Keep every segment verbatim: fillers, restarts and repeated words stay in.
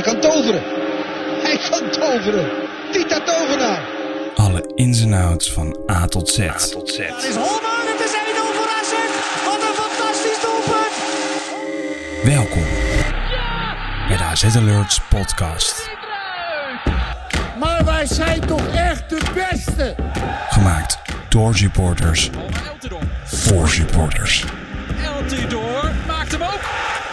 kan toveren. Hij kan toveren. Tita Tovenaar. Alle ins en outs van A tot Z. A tot Z. Het is Holman, het is één nul voor A Z. Wat een fantastisch doelpunt. Welkom bij de A Z Alerts podcast. Maar wij zijn toch echt de beste. Gemaakt door supporters. Voor supporters. Eltidoor maakt hem ook.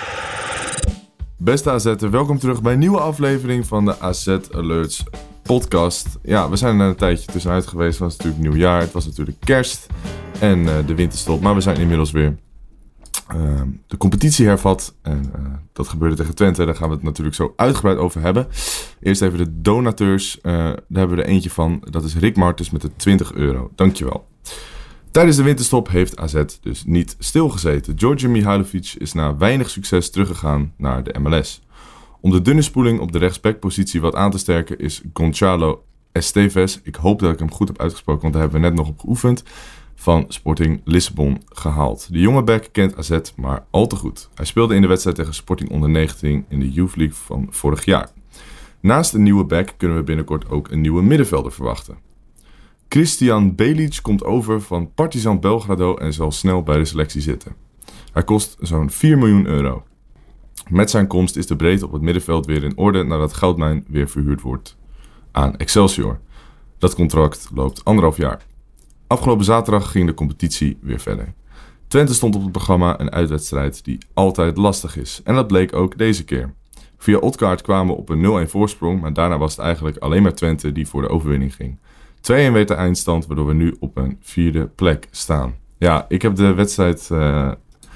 Beste A Z'er, welkom terug bij een nieuwe aflevering van de A Z Alerts podcast. Ja, we zijn er een tijdje tussenuit geweest. Het was natuurlijk nieuwjaar, het was natuurlijk kerst en uh, de winterstop. Maar we zijn inmiddels weer uh, de competitie hervat. En uh, dat gebeurde tegen Twente, daar gaan we het natuurlijk zo uitgebreid over hebben. Eerst even de donateurs, uh, daar hebben we er eentje van. Dat is Rick Martens met de twintig euro. Dankjewel. Tijdens de winterstop heeft A Z dus niet stilgezeten. Georgi Mihailovic is na weinig succes teruggegaan naar de M L S. Om de dunne spoeling op de rechtsbackpositie wat aan te sterken is Gonçalo Esteves, ik hoop dat ik hem goed heb uitgesproken, want daar hebben we net nog op geoefend, van Sporting Lissabon gehaald. De jonge back kent A Z maar al te goed. Hij speelde in de wedstrijd tegen Sporting onder negentien in de Youth League van vorig jaar. Naast een nieuwe back kunnen we binnenkort ook een nieuwe middenvelder verwachten. Christian Belic komt over van Partizan Belgrado en zal snel bij de selectie zitten. Hij kost zo'n vier miljoen euro. Met zijn komst is de breedte op het middenveld weer in orde nadat Goudmijn weer verhuurd wordt aan Excelsior. Dat contract loopt anderhalf jaar. Afgelopen zaterdag ging de competitie weer verder. Twente stond op het programma, een uitwedstrijd die altijd lastig is. En dat bleek ook deze keer. Via Odgaard kwamen we op een nul-een voorsprong, maar daarna was het eigenlijk alleen maar Twente die voor de overwinning ging. twee-een werd de eindstand, waardoor we nu op een vierde plek staan. Ja, ik heb de wedstrijd uh,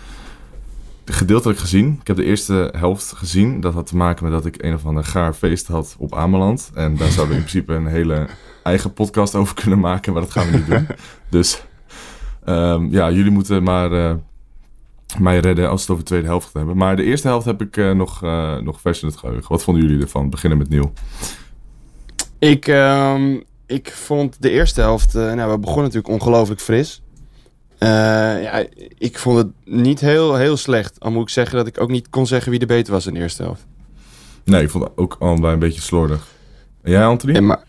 gedeeltelijk gezien. Ik heb de eerste helft gezien. Dat had te maken met dat ik een of ander gaar feest had op Ameland. En daar zouden we in principe een hele eigen podcast over kunnen maken, maar dat gaan we niet doen. Dus um, ja, jullie moeten maar uh, mij redden als we het over de tweede helft gaan hebben. Maar de eerste helft heb ik uh, nog, uh, nog vers in het geheugen. Wat vonden jullie ervan? Beginnen met Niel. Ik... Um... Ik vond de eerste helft, uh, nou, we begonnen natuurlijk ongelooflijk fris. Uh, ja, ik vond het niet heel, heel slecht. Al moet ik zeggen dat ik ook niet kon zeggen wie de beter was in de eerste helft. Nee, ik vond het ook allebei een beetje slordig. En jij, Anthony? Ja, maar...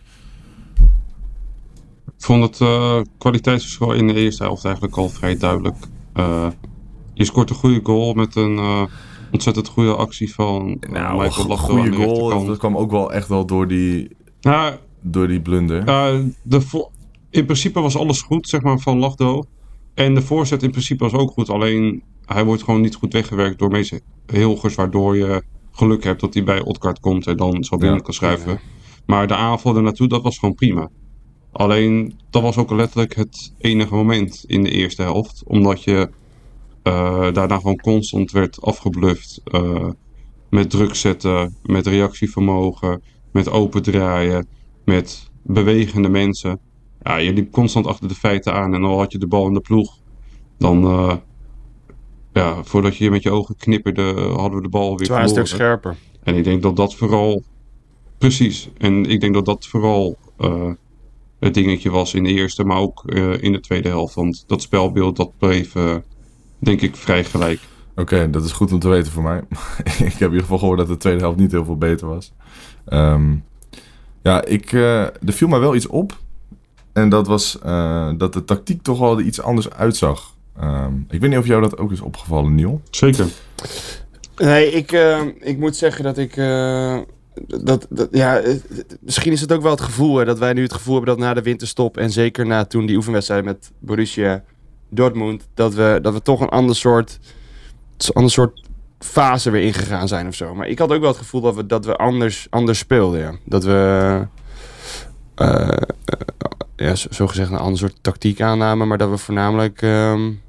Ik vond het uh, kwaliteitsverschil in de eerste helft eigenlijk al vrij duidelijk. Uh, je scoort een goede goal met een uh, ontzettend goede actie van uh, nou, Michael een goede goal. Dat kwam ook wel echt wel door die... Nou, Door die blunder. Uh, de vo- in principe was alles goed, zeg maar, van Lachdo. En de voorzet in principe was ook goed. Alleen, hij wordt gewoon niet goed weggewerkt door Mees Hilgers. Waardoor je geluk hebt dat hij bij Odgaard komt en dan zo binnen ja. kan schuiven. Ja. Maar de aanval ernaartoe, dat was gewoon prima. Alleen, dat was ook letterlijk het enige moment in de eerste helft. Omdat je uh, daarna gewoon constant werd afgebluft. Uh, met druk zetten, met reactievermogen, met open draaien. Met bewegende mensen. Ja, je liep constant achter de feiten aan. En al had je de bal in de ploeg. Dan, uh, ja, voordat je met je ogen knipperde, hadden we de bal weer verloren. Een stuk scherper. En ik denk dat dat vooral... Precies. En ik denk dat dat vooral uh, het dingetje was in de eerste, maar ook uh, in de tweede helft. Want dat spelbeeld, dat bleef, uh, denk ik, vrij gelijk. Oké, okay, dat is goed om te weten voor mij. Ik heb in ieder geval gehoord dat de tweede helft niet heel veel beter was. Um, Ja, ik, uh, er viel mij wel iets op. En dat was uh, dat de tactiek toch wel er iets anders uitzag. Um, ik weet niet of jou dat ook is opgevallen, Niel. Zeker. Nee, ik, uh, ik moet zeggen dat ik... Uh, dat, dat, ja, misschien is het ook wel het gevoel hè, dat wij nu het gevoel hebben dat na de winterstop... en zeker na toen die oefenwedstrijd met Borussia Dortmund... dat we, dat we toch een ander soort, ander soort fase weer ingegaan zijn of zo. Maar ik had ook wel het gevoel dat we, dat we anders, anders speelden. Ja. Dat we... Uh, uh, ja, zo gezegd een ander soort tactiek aannamen... maar dat we voornamelijk... Um,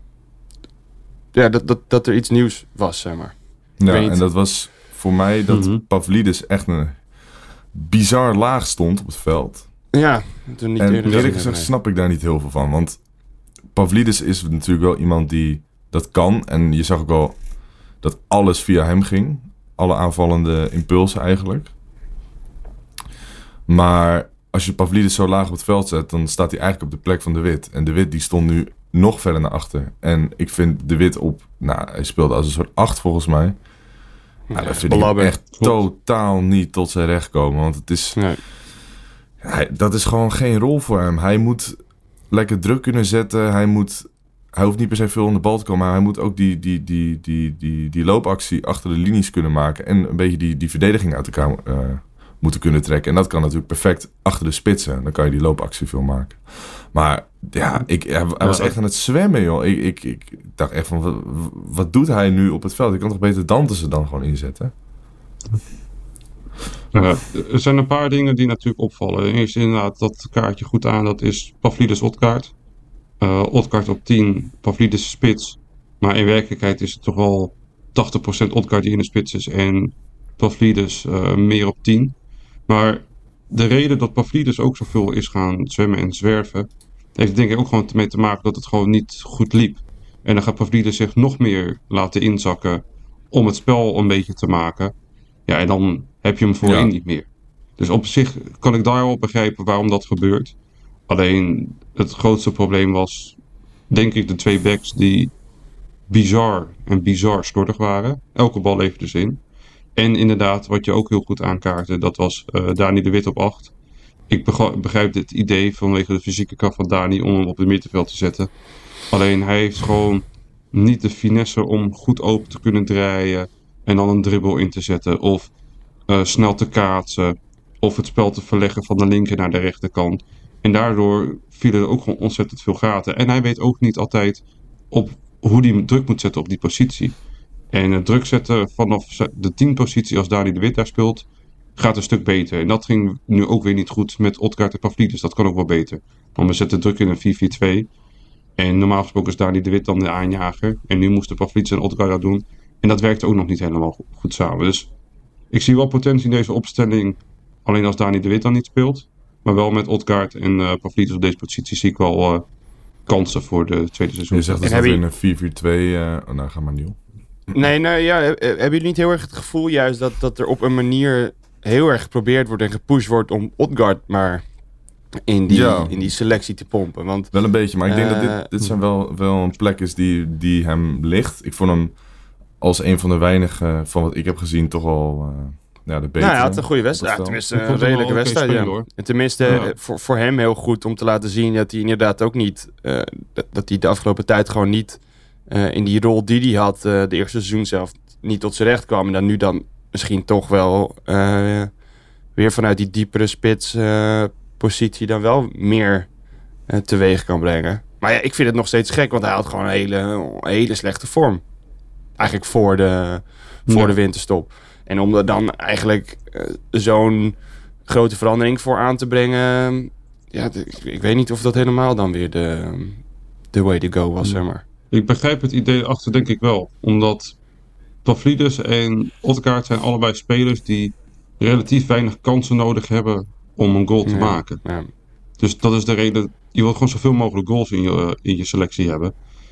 ja, dat, dat, dat er iets nieuws was, zeg maar. Ja, en dat was voor mij dat mm-hmm. Pavlidis echt een bizar laag stond op het veld. Ja, toen niet en eerder eerlijk gezegd nee. snap ik daar niet heel veel van. Want Pavlidis is natuurlijk wel iemand die dat kan. En je zag ook wel dat alles via hem ging. Alle aanvallende impulsen eigenlijk. Maar als je Pavlidis zo laag op het veld zet, dan staat hij eigenlijk op de plek van De Wit. En De Wit die stond nu nog verder naar achter. En ik vind De Wit op... Nou, hij speelde als een soort acht volgens mij. Nou, dat vind ik hem echt totaal niet tot zijn recht komen. Want het is... Nee. Hij, dat is gewoon geen rol voor hem. Hij moet lekker druk kunnen zetten. Hij moet... Hij hoeft niet per se veel om de bal te komen, maar hij moet ook die, die, die, die, die, die loopactie achter de linies kunnen maken. En een beetje die, die verdediging uit elkaar uh, moeten kunnen trekken. En dat kan natuurlijk perfect achter de spitsen. Dan kan je die loopactie veel maken. Maar ja, ik, hij, hij was echt aan het zwemmen, joh. Ik, ik, ik dacht echt van, wat, wat doet hij nu op het veld? Ik kan toch beter Dantersen dan gewoon inzetten? Uh, er zijn een paar dingen die natuurlijk opvallen. Eerst inderdaad dat kaartje goed aan, dat is Pavlidis Odgaard. Uh, Odgaard op tien, Pavlidis spits. Maar in werkelijkheid is het toch wel tachtig procent Odgaard die in de spits is en Pavlidis uh, meer op tien. Maar de reden dat Pavlidis ook zoveel is gaan zwemmen en zwerven, heeft denk ik ook gewoon mee te maken dat het gewoon niet goed liep. En dan gaat Pavlidis zich nog meer laten inzakken om het spel een beetje te maken. Ja, en dan heb je hem voorin ja. niet meer. Dus op zich kan ik daar wel begrijpen waarom dat gebeurt. Alleen het grootste probleem was, denk ik, de twee backs die bizar en bizar slordig waren. Elke bal leverde ze in. En inderdaad, wat je ook heel goed aankaartte, dat was uh, Dani de Wit op acht. Ik begrijp dit idee vanwege de fysieke kracht van Dani om hem op het middenveld te zetten. Alleen hij heeft gewoon niet de finesse om goed open te kunnen draaien en dan een dribbel in te zetten. Of uh, snel te kaatsen. Of het spel te verleggen van de linker naar de rechterkant. En daardoor vielen er ook gewoon ontzettend veel gaten. En hij weet ook niet altijd op hoe hij druk moet zetten op die positie. En het druk zetten vanaf de tien positie als Dani de Wit daar speelt, gaat een stuk beter. En dat ging nu ook weer niet goed met Odgaard en Pavlidis. Dat kan ook wel beter. Want we zetten druk in een vier vier twee. En normaal gesproken is Dani de Wit dan de aanjager. En nu moesten Pavlidis en Odgaard dat doen. En dat werkte ook nog niet helemaal goed samen. Dus ik zie wel potentie in deze opstelling. Alleen als Dani de Wit dan niet speelt. Maar wel met Odgaard en uh, Pavlidis op deze positie zie ik wel uh, kansen voor de tweede seizoen. Je zegt dus dat we in een vier vier twee... Uh, oh, nou, ga maar nieuw. Nee, nou ja, hebben jullie niet heel erg het gevoel juist dat, dat er op een manier heel erg geprobeerd wordt en gepusht wordt om Odgaard maar in die, ja. in die selectie te pompen? Want, wel een beetje, maar ik denk uh, dat dit, dit zijn wel, wel een plek is die, die hem ligt. Ik vond hem als een van de weinigen van wat ik heb gezien toch al... Uh, Ja, de betere, nou, hij had een goede wedstrijd. Ja, tenminste, een redelijke wedstrijd. Spelen, ja. En tenminste, ja. voor, voor hem heel goed om te laten zien dat hij inderdaad ook niet... Uh, dat, dat hij de afgelopen tijd gewoon niet uh, in die rol die hij had, uh, de eerste seizoen zelf, niet tot zijn recht kwam. En dan nu dan misschien toch wel uh, weer vanuit die diepere spits uh, positie dan wel meer uh, teweeg kan brengen. Maar ja, ik vind het nog steeds gek, want hij had gewoon een hele, een hele slechte vorm. Eigenlijk voor de, voor ja. de winterstop. En om er dan eigenlijk uh, zo'n grote verandering voor aan te brengen... Ja, de, ik, ik weet niet of dat helemaal dan weer de, de way to go was, zeg maar. Ik begrijp het idee achter, denk ik wel. Omdat Pavlidis en Odgaard zijn allebei spelers die relatief weinig kansen nodig hebben om een goal te ja, maken. Ja. Dus dat is de reden... Je wilt gewoon zoveel mogelijk goals in je, in je selectie hebben.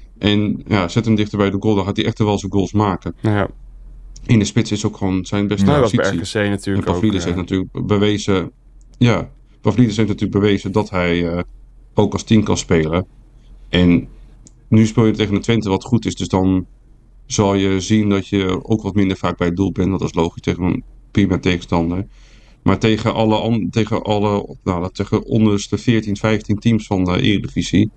En ja, zet hem dichter bij de goal, dan gaat hij echt wel zijn goals maken. Ja. In de spits is ook gewoon zijn beste nou, positie. Dat was bij R K C natuurlijk en Pavlidis ook. heeft ja. natuurlijk bewezen... Ja, Pavlidis heeft natuurlijk bewezen dat hij uh, ook als tien kan spelen. En nu speel je tegen de Twente wat goed is. Dus dan zal je zien dat je ook wat minder vaak bij het doel bent. Dat is logisch tegen een prima tegenstander. Maar tegen alle, tegen alle nou, tegen onderste veertien, vijftien teams van de Eredivisie...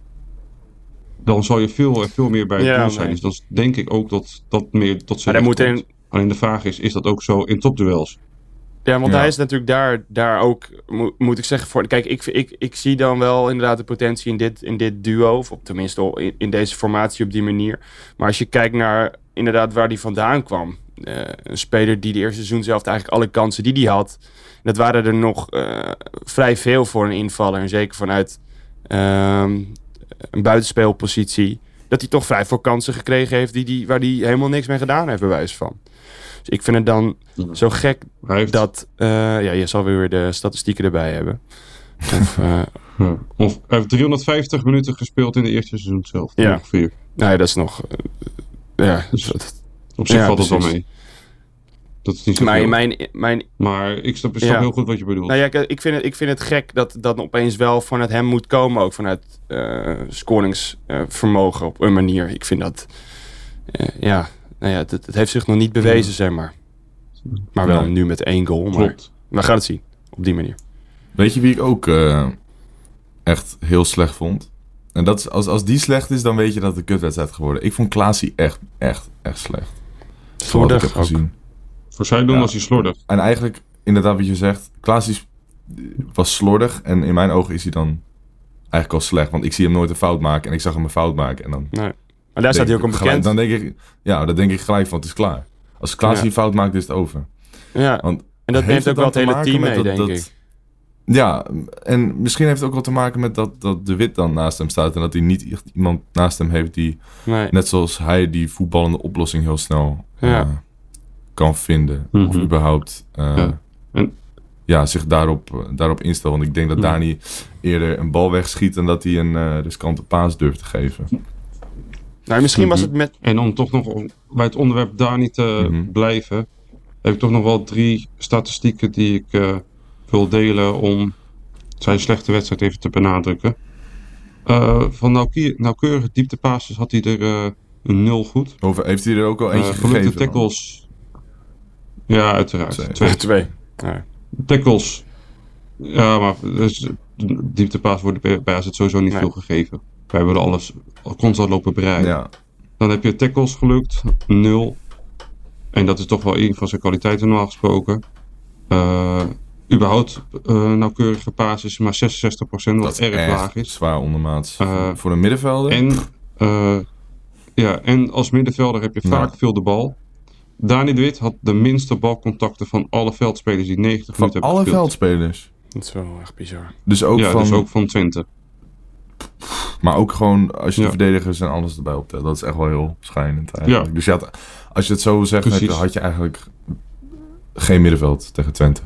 dan zal je veel en veel meer bij het ja, doel zijn. Nee. Dus dan denk ik ook dat dat meer tot zijn recht komt. In... Alleen de vraag is, is dat ook zo in topduels? Ja, want ja. hij is natuurlijk daar, daar ook, mo- moet ik zeggen... voor. Kijk, ik, ik, ik zie dan wel inderdaad de potentie in dit, in dit duo. Of op, tenminste in, in deze formatie op die manier. Maar als je kijkt naar inderdaad waar die vandaan kwam... Uh, een speler die de eerste seizoen zelf eigenlijk alle kansen die hij had... dat waren er nog uh, vrij veel voor een invaller. En zeker vanuit... Uh, een buitenspeelpositie, dat hij toch vrij veel kansen gekregen heeft die die, waar hij helemaal niks mee gedaan heeft, bij wijze van. Dus ik vind het dan ja. zo gek heeft... dat... Uh, ja, je zal weer de statistieken erbij hebben. Of, uh, ja. of hij heeft driehonderdvijftig minuten gespeeld in de eerste seizoen zelf. Ja. Ongeveer. Nee, dat is nog... Uh, ja, dus dat, op zich ja, valt het wel mee. Dat is niet zo mijn, mijn, mijn, maar ik snap, ik snap ja. heel goed wat je bedoelt. Nou ja, ik vind het, ik vind het gek dat dat opeens wel vanuit hem moet komen. Ook vanuit uh, scoringsvermogen uh, op een manier. Ik vind dat... Uh, ja, nou ja, het, het heeft zich nog niet bewezen, zeg maar. Maar wel Nee. nu met één goal. Maar Klopt. we gaan het zien, op die manier. Weet je wie ik ook uh, echt heel slecht vond? En dat is, als, als die slecht is, dan weet je dat het een kutwedstrijd geworden. Ik vond Klaasie echt, echt, echt slecht. Voor wat ik heb Slordig ook. gezien. Voor zij doen Ja. was hij slordig. En eigenlijk, inderdaad wat je zegt, Klaasie was slordig. En in mijn ogen is hij dan eigenlijk al slecht. Want ik zie hem nooit een fout maken. En ik zag hem een fout maken. En dan, Nee. Maar daar staat hij ook om denk ik bekend. gelijk, dan denk ik, ja, dan denk ik gelijk van het is klaar. Als Klaasie Ja. een fout maakt, is het over. Ja. Want En dat heeft neemt ook wel het dan te hele maken team met mee, dat- denk dat- ik. Ja, en misschien heeft het ook wel te maken met dat, dat De Wit dan naast hem staat. En dat hij niet echt iemand naast hem heeft die, Nee. net zoals hij, die voetballende oplossing heel snel Ja. eh, kan vinden. Mhm. Of überhaupt uh, Ja. En- ja, zich daarop, uh, daarop instelt. Want ik denk dat Mhm. Dani eerder een bal wegschiet dan dat hij een uh, riskante paas durft te geven. Nou, misschien was Mhm. het met... En om toch nog om bij het onderwerp daar niet te Mhm. blijven, heb ik toch nog wel drie statistieken die ik uh, wil delen om zijn slechte wedstrijd even te benadrukken. Uh, van nauwke- nauwkeurige dieptepases had hij er uh, een nul goed. Of heeft hij er ook al eentje Uh, gelukte gegeven? dan? tackles. Ja, uiteraard. Twee. Twee. Twee. Ja. Tackles. Ja, maar dus, dieptepaas worden bij, bij A Z sowieso niet Nee. veel gegeven. Wij hebben er alles constant lopen bereiden. Ja, Dan heb je tackles gelukt, nul. En dat is toch wel een van zijn kwaliteiten normaal gesproken. Uh, überhaupt uh, nauwkeurige passes, maar zesenzestig procent, wat dat is erg laag echt is. zwaar ondermaats. Uh, Voor een middenvelder? En, uh, ja, en als middenvelder heb je Ja. vaak veel de bal. Dani de Wit had de minste balcontacten van alle veldspelers die negentig van minuten hebben alle gespeeld. veldspelers. Dat is wel echt bizar. Dus ook ja, van... dus ook van Twente. Maar ook gewoon als je Ja. de verdedigers en alles erbij optelt. Dat is echt wel heel schijnend eigenlijk. Ja. Dus je had, als je het zo zegt, Precies. had, had je eigenlijk geen middenveld tegen Twente.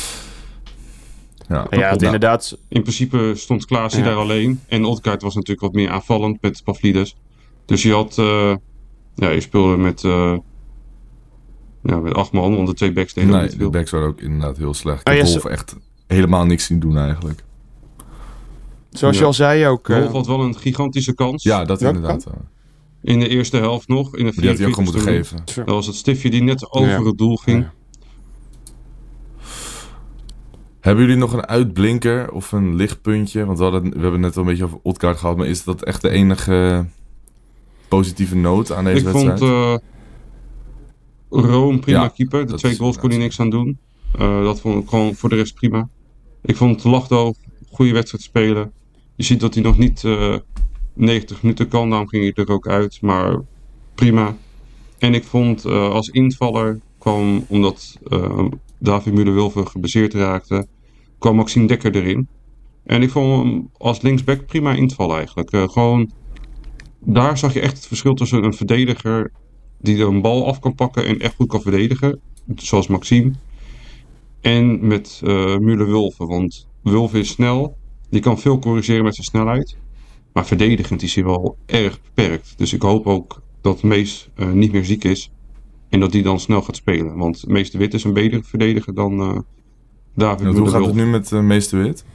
Ja, Ja, het Nou, inderdaad... In principe stond Klaasie Ja. daar alleen. En Odgaard was natuurlijk wat meer aanvallend met Pavlidis. Dus je had... Uh, ja, je speelde met... Uh, ja, met acht man, want de twee backs deden ook Nee, niet de veel. backs waren ook inderdaad heel slecht. Ik Oh, heb ja, Wolf echt helemaal niks zien doen eigenlijk. Zoals je Ja. al zei ook... eh, Wolf had wel een gigantische kans. Ja, dat Welke inderdaad. ja. In de eerste helft nog. In de Maar die had hij ook gewoon moeten vierentwintigste geven. Dat was het stiftje die net over Ja. het doel ging. Ja. Hebben jullie nog een uitblinker of een lichtpuntje? Want we, hadden, we hebben net al een beetje over Odgaard gehad. Maar is dat echt de enige positieve noot aan deze Ik wedstrijd? vond uh, Room prima Ja, keeper. De dat twee is goals kon hij inderdaad niks aan doen. Uh, dat vond ik gewoon voor de rest prima. Ik vond Lachdo goede wedstrijd spelen. Je ziet dat hij nog niet uh, negentig minuten kan. Daarom ging hij er ook uit. Maar prima. En ik vond uh, als invaller kwam, omdat uh, David Müller-Wülfe geblesseerd raakte, kwam Maxime Dekker erin. En ik vond hem als linksback prima invallen eigenlijk. Uh, gewoon, daar zag je echt het verschil tussen een verdediger die er een bal af kan pakken en echt goed kan verdedigen. Zoals Maxime. En met uh, Müller-Wülfe. Want Wülfe is snel. Die kan veel corrigeren met zijn snelheid. Maar verdedigend is hij wel erg beperkt. Dus ik hoop ook dat Mees uh, niet meer ziek is. En dat hij dan snel gaat spelen. Want Mees de Wit is een betere verdediger dan uh, David En hoe gaat het Müller-Wülfe. nu met uh, Meester Wit?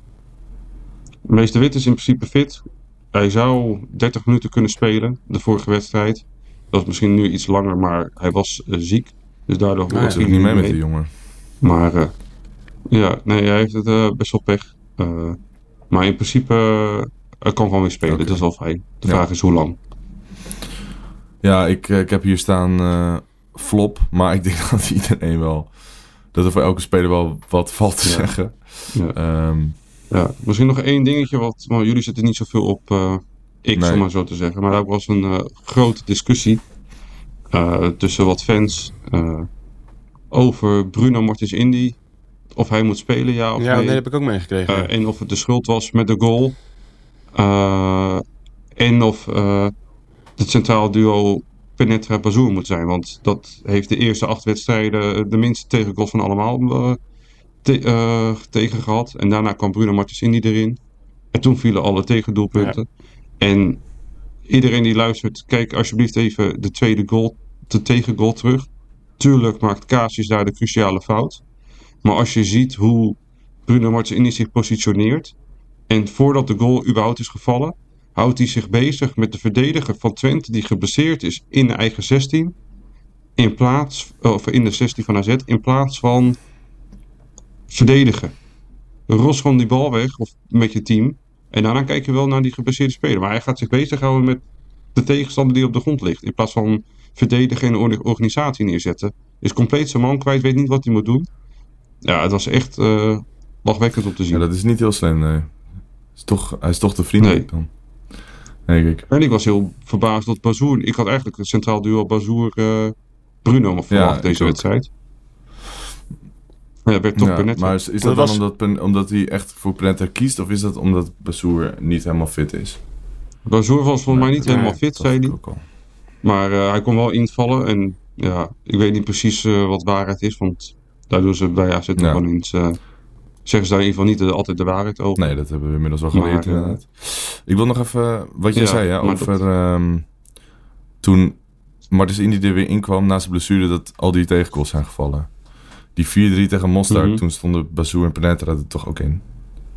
Mees de Wit is in principe fit. Hij zou dertig minuten kunnen spelen. De vorige wedstrijd. Dat is misschien nu iets langer. Maar hij was uh, ziek. Dus daardoor Hij was zit hij niet niet mee mee. met die jongen. Maar uh, ja, nee, hij heeft het uh, best wel pech. Uh, maar in principe uh, hij kan gewoon weer spelen. Oké. Dat is wel fijn. De Ja. vraag is hoe lang. Ja, ik, ik heb hier staan uh, flop. Maar ik denk dat iedereen wel... Dat er voor elke speler wel wat valt te Ja. zeggen. Ja. Um, Ja, misschien nog één dingetje. Wat, want jullie zitten niet zoveel op uh, X, Nee. om maar zo te zeggen. Maar daar was een uh, grote discussie uh, tussen wat fans uh, over Bruno Martins Indy. Of hij moet spelen, ja of Ja, nee. nee, dat heb ik ook meegekregen. Uh, en of het de schuld was met de goal. Uh, en of uh, het centraal duo Penetra Bazoer moet zijn. Want dat heeft de eerste acht wedstrijden de minste tegengoals van allemaal uh, te, uh, tegen gehad. En daarna kwam Bruno Martins Indy erin. En toen vielen alle tegendoelpunten. Ja. En iedereen die luistert, kijk alsjeblieft even de tweede goal, de tegengoal terug. Tuurlijk maakt Casius daar de cruciale fout. Maar als je ziet hoe Bruno Martins Indy zich positioneert. En voordat de goal überhaupt is gevallen, houdt hij zich bezig met de verdediger van Twente die geblesseerd is in de eigen zestien. in plaats, of in de zestien van A Z, in plaats van verdedigen. Ros gewoon die bal weg of met je team. En daarna kijk je wel naar die geblesseerde speler. Maar hij gaat zich bezighouden met de tegenstander die op de grond ligt. In plaats van verdedigen en een organisatie neerzetten. Is compleet zijn man kwijt, weet niet wat hij moet doen. Ja, het was echt uh, lachwekkend om te zien. Ja, dat is niet heel slim, nee. Is toch, hij is toch te vriendelijk nee. dan. Denk ik. En ik was heel verbaasd dat Bazoer... Ik had eigenlijk het centraal duo Bazoer-Bruno uh, verwacht ja, deze wedstrijd. Ja, werd toch ja, net. Maar is, is dat, dat dan was... omdat, omdat hij echt voor Pennetra kiest? Of is dat omdat Bazoer niet helemaal fit is? Bazoer was volgens mij niet nee, helemaal fit, zei hij. Maar uh, hij kon wel invallen. En ja, ik weet niet precies uh, wat waarheid is. Want daar doen ze bij A Z nog ja. wel eens... Uh, zeggen ze daar in ieder geval niet de, altijd de waarheid over. Nee, dat hebben we inmiddels al geleerd maar, inderdaad. Uh, ik wil nog even... Wat je ja, zei, ja, over... Dat... Um, toen Martens Indy er weer inkwam na zijn blessure... dat al die tegengoals zijn gevallen. Die vier drie tegen Mostard, mm-hmm. toen stonden Bazoer en Pennetra er toch ook in.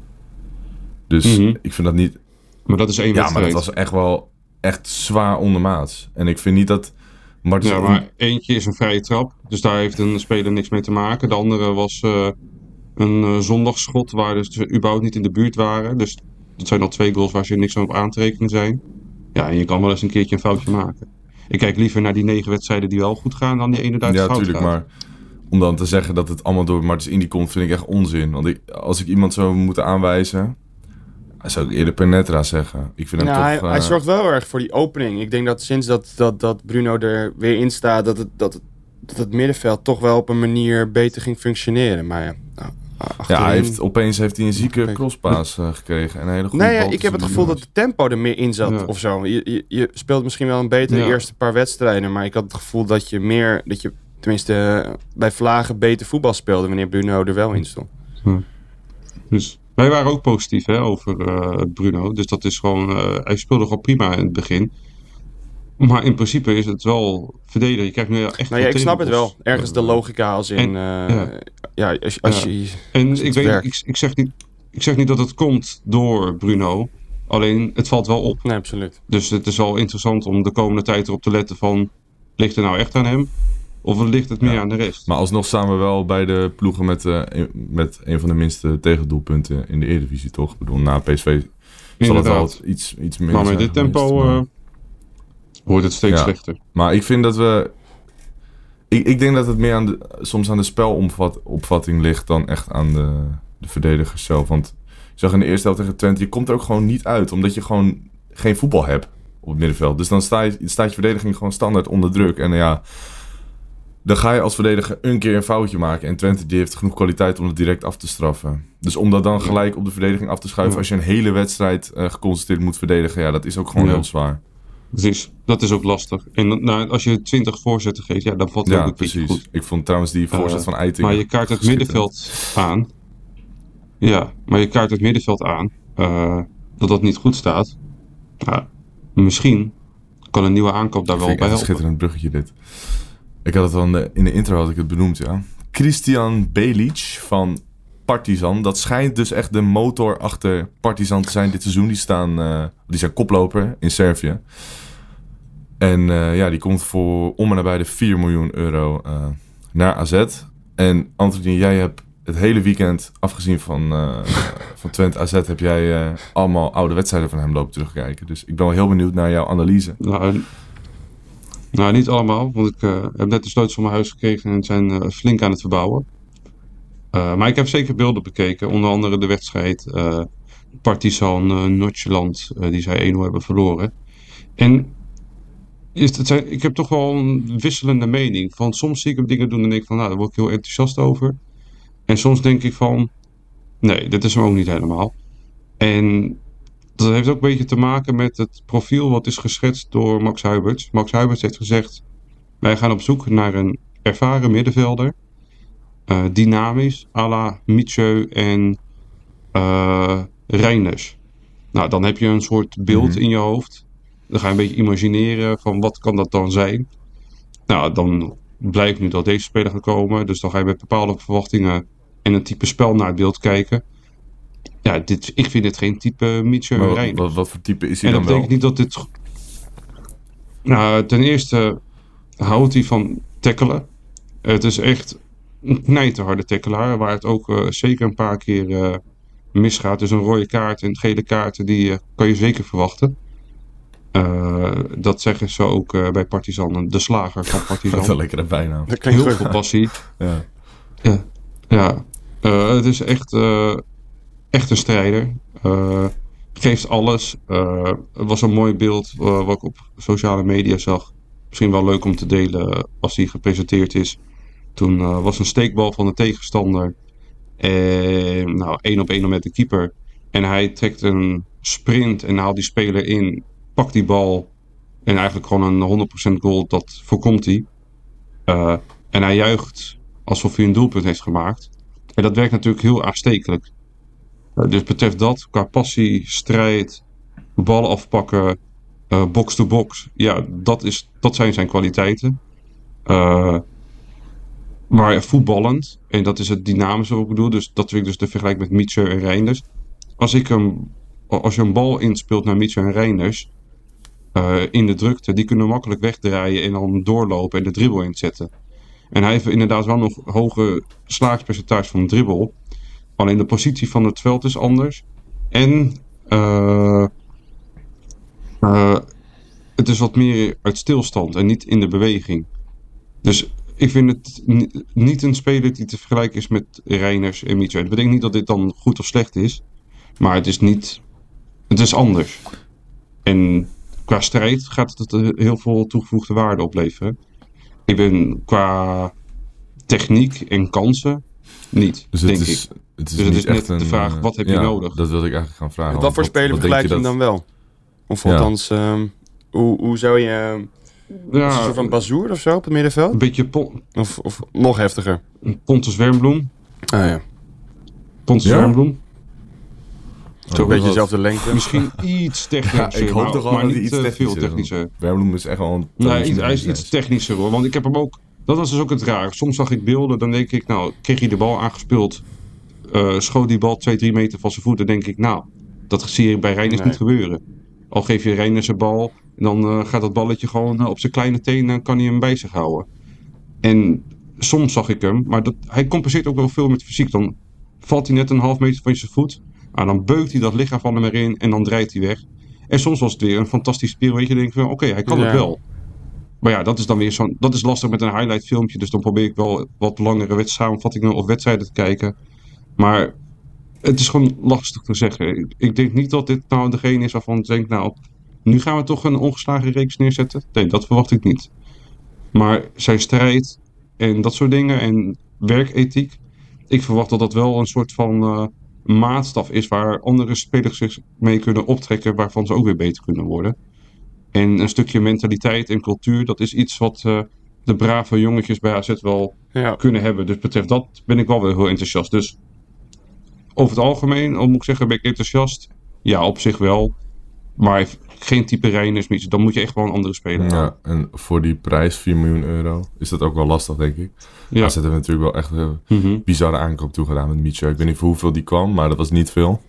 Dus mm-hmm. ik vind dat niet... Maar dat is één Ja, wedstrijd. maar dat was echt wel echt zwaar ondermaats. En ik vind niet dat... Martens ja, maar eentje is een vrije trap. Dus daar heeft een speler niks mee te maken. De andere was uh, een uh, zondagsschot waar dus ze überhaupt niet in de buurt waren. Dus dat zijn al twee goals waar ze niks aan op aan te rekenen zijn. Ja, en je kan wel eens een keertje een foutje maken. Ik kijk liever naar die negen wedstrijden die wel goed gaan dan die ene Duitse fout Ja, tuurlijk, gaat. maar... Om dan te zeggen dat het allemaal door Martens Indy komt, vind ik echt onzin. Want ik, als ik iemand zou moeten aanwijzen, zou ik eerder Pennetra zeggen. Ik vind hem nou, toch... Hij, uh... hij zorgt wel erg voor die opening. Ik denk dat sinds dat, dat, dat Bruno er weer in staat, dat het, dat, het, dat het middenveld toch wel op een manier beter ging functioneren. Maar ja, nou, achterin... ja hij heeft, opeens heeft hij een zieke crosspaas uh, gekregen. En een hele goede nee, bal ja, ik heb het gevoel dat het tempo er meer in zat ja. of zo. Je, je, je speelt misschien wel een beter de ja. eerste paar wedstrijden, maar ik had het gevoel dat je meer... Dat je, tenminste, uh, bij Vlagen beter voetbal speelde wanneer Bruno er wel in stond. Hm. Dus wij waren ook positief hè, over uh, Bruno. Dus dat is gewoon... Uh, hij speelde gewoon prima in het begin. Maar in principe is het wel verdedigen. Je krijgt nu echt... Nou ja, ik snap het wel. Ergens de logica als in... En, uh, ja. ja, als, als ja. je... En als ik, weet, ik, ik, zeg niet, ik zeg niet dat het komt door Bruno. Alleen, het valt wel op. Nee, absoluut. Dus het is wel interessant om de komende tijd erop te letten van... Ligt het nou echt aan hem? Of ligt het meer ja. aan de rest? Maar alsnog staan we wel bij de ploegen met, uh, met een van de minste tegendoelpunten in de Eredivisie, toch? Ik bedoel, na P S V zal het wel iets, iets minder maar met dit tempo geweest, maar... uh, wordt het steeds ja. slechter. Maar ik vind dat we... Ik, ik denk dat het meer aan de, soms aan de spelopvatting ligt dan echt aan de, de verdedigers zelf. Want ik zag in de eerste helft tegen Twente, je komt er ook gewoon niet uit. Omdat je gewoon geen voetbal hebt op het middenveld. Dus dan sta je, staat je verdediging gewoon standaard onder druk. En ja... Dan ga je als verdediger een keer een foutje maken. En Twente die heeft genoeg kwaliteit om het direct af te straffen. Dus om dat dan gelijk op de verdediging af te schuiven... Ja. als je een hele wedstrijd uh, geconcentreerd moet verdedigen... ja, dat is ook gewoon ja. heel zwaar. Precies, dat is ook lastig. En nou, als je twintig voorzetten geeft, ja, dan valt het ja, ook een precies. beetje goed. Ik vond trouwens die voorzet uh, van Eiting... Maar je kaart het middenveld aan. Ja, maar je kaart het middenveld aan. Uh, dat dat niet goed staat. Uh, misschien kan een nieuwe aankoop daar ik wel bij helpen. Een schitterend bruggetje dit. Ik had het al in de, in de intro had ik het benoemd, ja. Christian Belic van Partizan. Dat schijnt dus echt de motor achter Partizan te zijn dit seizoen. Die, staan, uh, die zijn koploper in Servië. En uh, ja, die komt voor om en nabij de vier miljoen euro uh, naar A Z. En Anthony, jij hebt het hele weekend, afgezien van, uh, van Twente A Z... heb jij uh, allemaal oude wedstrijden van hem lopen terugkijken. Dus ik ben wel heel benieuwd naar jouw analyse. Nou, Nou, niet allemaal, want ik uh, heb net de sleutels van mijn huis gekregen en zijn uh, flink aan het verbouwen. Uh, maar ik heb zeker beelden bekeken, onder andere de wedstrijd uh, Partizan uh, Noordjylland, uh, die zij één nul hebben verloren. En is het zijn, ik heb toch wel een wisselende mening. Van soms zie ik hem dingen doen en denk ik van, nou, daar word ik heel enthousiast over. En soms denk ik van, nee, dit is hem ook niet helemaal. En... Dat heeft ook een beetje te maken met het profiel wat is geschetst door Max Huiberts. Max Huiberts heeft gezegd, wij gaan op zoek naar een ervaren middenvelder. Uh, dynamisch, à la Mitchell en uh, Reinders. Nou, dan heb je een soort beeld mm-hmm. in je hoofd. Dan ga je een beetje imagineren van wat kan dat dan zijn. Nou, dan blijkt nu dat deze speler gaat komen. Dus dan ga je met bepaalde verwachtingen en een type spel naar het beeld kijken. Ja, dit, ik vind dit geen type Mitchell wat, Reinders. Wat, wat voor type is hij en dan wel? En dat betekent niet dat dit... Nou, ten eerste houdt hij van tackelen. Het is echt een knijterharde tackelaar, waar het ook uh, zeker een paar keer uh, misgaat. Dus een rode kaart en gele kaarten, die uh, kan je zeker verwachten. Uh, dat zeggen ze ook uh, bij Partizan, de slager van Partizan. Dat is een lekkere bijnaam. Dat klinkt Heel goed. veel passie. Ja. Ja, ja. Uh, het is echt, uh, echt een strijder. Uh, geeft alles. Uh, het was een mooi beeld uh, wat ik op sociale media zag. Misschien wel leuk om te delen als die gepresenteerd is. Toen uh, was een steekbal van de tegenstander. En nou, één op één met de keeper. En hij trekt een sprint en haalt die speler in. Pakt die bal. En eigenlijk gewoon een honderd procent goal. Dat voorkomt hij. Uh, en hij juicht alsof hij een doelpunt heeft gemaakt. En dat werkt natuurlijk heel aanstekelijk. Uh, dus betreft dat, qua passie, strijd, bal afpakken, uh, box-to-box. Ja, dat, is, dat zijn zijn kwaliteiten. Uh, maar voetballend, en dat is het dynamische wat ik bedoel. Dus dat vind ik dus de vergelijking met Mietje en Reinders. Als, ik een, als je een bal inspeelt naar Mietje en Reinders, uh, in de drukte, die kunnen makkelijk wegdraaien en dan doorlopen en de dribbel inzetten. En hij heeft inderdaad wel nog hoge slagspercentage van de dribbel. Alleen de positie van het veld is anders. En uh, uh, het is wat meer uit stilstand en niet in de beweging. Dus ik vind het n- niet een speler die te vergelijken is met Reinders en Mietje. Dat betekent niet dat dit dan goed of slecht is. Maar het is niet... Het is anders. En qua strijd gaat het heel veel toegevoegde waarde opleveren. Ik ben qua techniek en kansen niet, Dus het denk is, ik. het is Dus het niet is net echt een, de vraag, wat heb je ja, nodig? Dat wilde ik eigenlijk gaan vragen. Wat want voor speler wat vergelijk je denk hem dat- dan wel? Of Ja. althans, um, hoe, hoe zou je... Ja, Is het een soort van Bazoer of zo op het middenveld? een beetje pon- Of, of nog heftiger? Pontus Wernbloem. Ah ja. Pontus Ja? Wernbloem. Oh, Een beetje wat- dezelfde lengte. Misschien iets technischer, Ja, ik hoop maar, toch wel maar dat hij niet iets uh, technischer veel is. technischer. Wernbloem is echt wel een... Nee, iets- hij is iets technischer hoor. Want ik heb hem ook... Dat was dus ook het raar. Soms zag ik beelden, dan denk ik, nou, kreeg hij de bal aangespeeld. Uh, schoot die bal twee, drie meter van zijn voet. Dan denk ik, nou, dat zie je bij Reinders Nee. niet gebeuren. Al geef je Reinders een bal, dan uh, gaat dat balletje gewoon uh, op zijn kleine tenen, kan hij hem bij zich houden. En soms zag ik hem, maar dat, hij compenseert ook wel veel met fysiek. Dan valt hij net een half meter van zijn voet. Ah, dan beukt hij dat lichaam van hem erin en dan draait hij weg. En soms was het weer een fantastisch spel. Weet je, denk ik van, oké, okay, hij kan Ja. het wel. Maar ja, dat is dan weer zo'n... Dat is lastig met een highlight filmpje. Dus dan probeer ik wel wat langere wet- samenvattingen of wedstrijden te kijken. Maar het is gewoon lastig te zeggen. Ik, ik denk niet dat dit nou degene is waarvan ik denk, nou, nu gaan we toch een ongeslagen reeks neerzetten. Nee, dat verwacht ik niet. Maar zijn strijd en dat soort dingen en werkethiek. Ik verwacht dat dat wel een soort van uh, maatstaf is waar andere spelers zich mee kunnen optrekken, waarvan ze ook weer beter kunnen worden. En een stukje mentaliteit en cultuur, dat is iets wat uh, de brave jongetjes bij A Z wel Ja. kunnen hebben. Dus betreft dat ben ik wel weer heel enthousiast. Dus over het algemeen, al moet ik zeggen, ben ik enthousiast. Ja, op zich wel. Maar geen type Reinders meer. Dan moet je echt wel een andere speler hebben. Ja, en voor die prijs, vier miljoen euro, is dat ook wel lastig, denk ik. Ja. A Z hebben natuurlijk wel echt een Mm-hmm. bizarre aankoop toegedaan met Mietje. Ik weet niet voor hoeveel die kwam, maar dat was niet veel.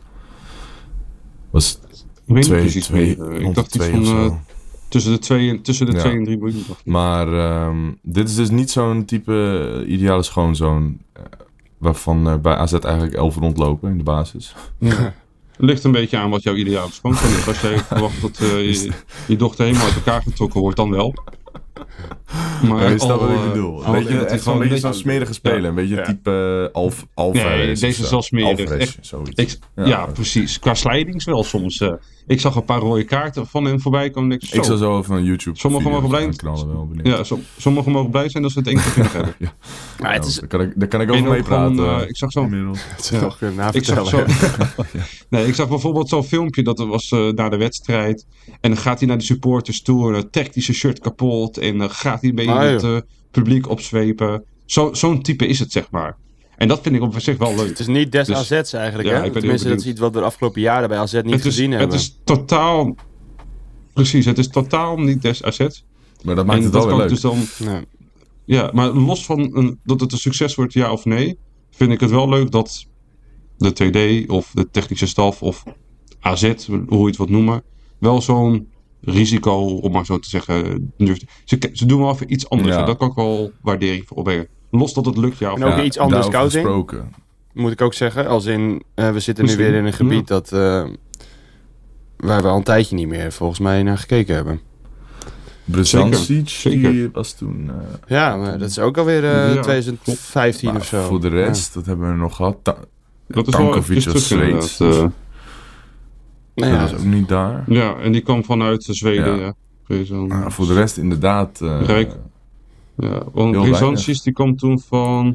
Was Ik weet niet twee, precies twee, meer. Ik rond dacht de iets twee van of uh, zo. tussen de twee en, tussen de Ja. twee en drie miljoen. Dacht ik. Maar ehm, dit is dus niet zo'n type uh, ideale schoonzoon uh, waarvan uh, bij A Z eigenlijk elf rondlopen in de basis. Het ligt een beetje aan wat jouw ideale schoonzoon is. Als jij verwacht dat uh, je, je dochter helemaal uit elkaar getrokken wordt, dan wel. Maar Ja, je snapt al, wat ik uh, bedoel. al- Weet je, het echt is zo'n gewoon beetje zo'n smerige speler. Ja. Een beetje Ja. type uh, Alf, Alvarez. Nee, of deze is zo. wel smerig. Alvarez, Echt. zoiets. Ik, ja, Ja. precies. Qua slidings wel soms. Uh, ik zag een paar rode kaarten van hem voorbij komen. En ik, Ik zo. zou zo even een YouTube Sommigen mogen blij- knallen wel benieuwd. Ja, som, sommigen mogen blij zijn dat ze het één keer kunnen hebben. ja. Maar het is... Daar kan ik, daar kan ik over En ook meepraten. gewoon, uh, ik zag zo. inmiddels. Het is nog een Ik zag, navertellen. zo, nee, ik zag bijvoorbeeld zo'n filmpje dat er was uh, na de wedstrijd. En dan gaat hij naar de supporters toe en dan trekt hij zijn shirt kapot. En dan gaat hij een beetje Ah, het uh, publiek opzwepen. Zo, zo'n type is het, zeg maar. En dat vind ik op zich wel leuk. Het is niet des Dus- A Z's eigenlijk, ja, hè? ik ben heel Tenminste, dat is benieuwd. iets wat we de afgelopen jaren bij A Z niet het is, gezien het hebben. is totaal... Precies, het is totaal niet des A Z. Maar dat maakt En het dat wel weer kan leuk. dus dan... Nee. Ja, maar los van een, dat het een succes wordt, ja of nee, vind ik het wel leuk dat de T D of de technische staf of A Z, hoe je het wilt noemen, wel zo'n risico, om maar zo te zeggen, durft. Ze, ze doen wel even iets anders. Ja. En dat kan ik wel waardering voor opbrengen. Los dat het lukt, ja. Of En ook ja. iets anders daarover scouting. gesproken. Moet ik ook zeggen. Als in, uh, we zitten Misschien, nu weer in een gebied ja. dat... Uh, waar we al een tijdje niet meer volgens mij naar gekeken hebben. Brzezic, Zeker. die was toen... Uh, Ja, maar dat is ook alweer uh, Ja, twintig vijftien maar of zo. voor de rest, dat hebben we nog gehad. Ta- Dat is wel Tankovic eventjes was terug Zweeds. inderdaad. Uh, Nou Dat ja, was ook niet daar. ja, en die kwam vanuit Zweden, Ja. ja. Brezan- Maar voor de rest inderdaad... Uh, Rijk. Ja, want Heel Brezancis die kwam toen van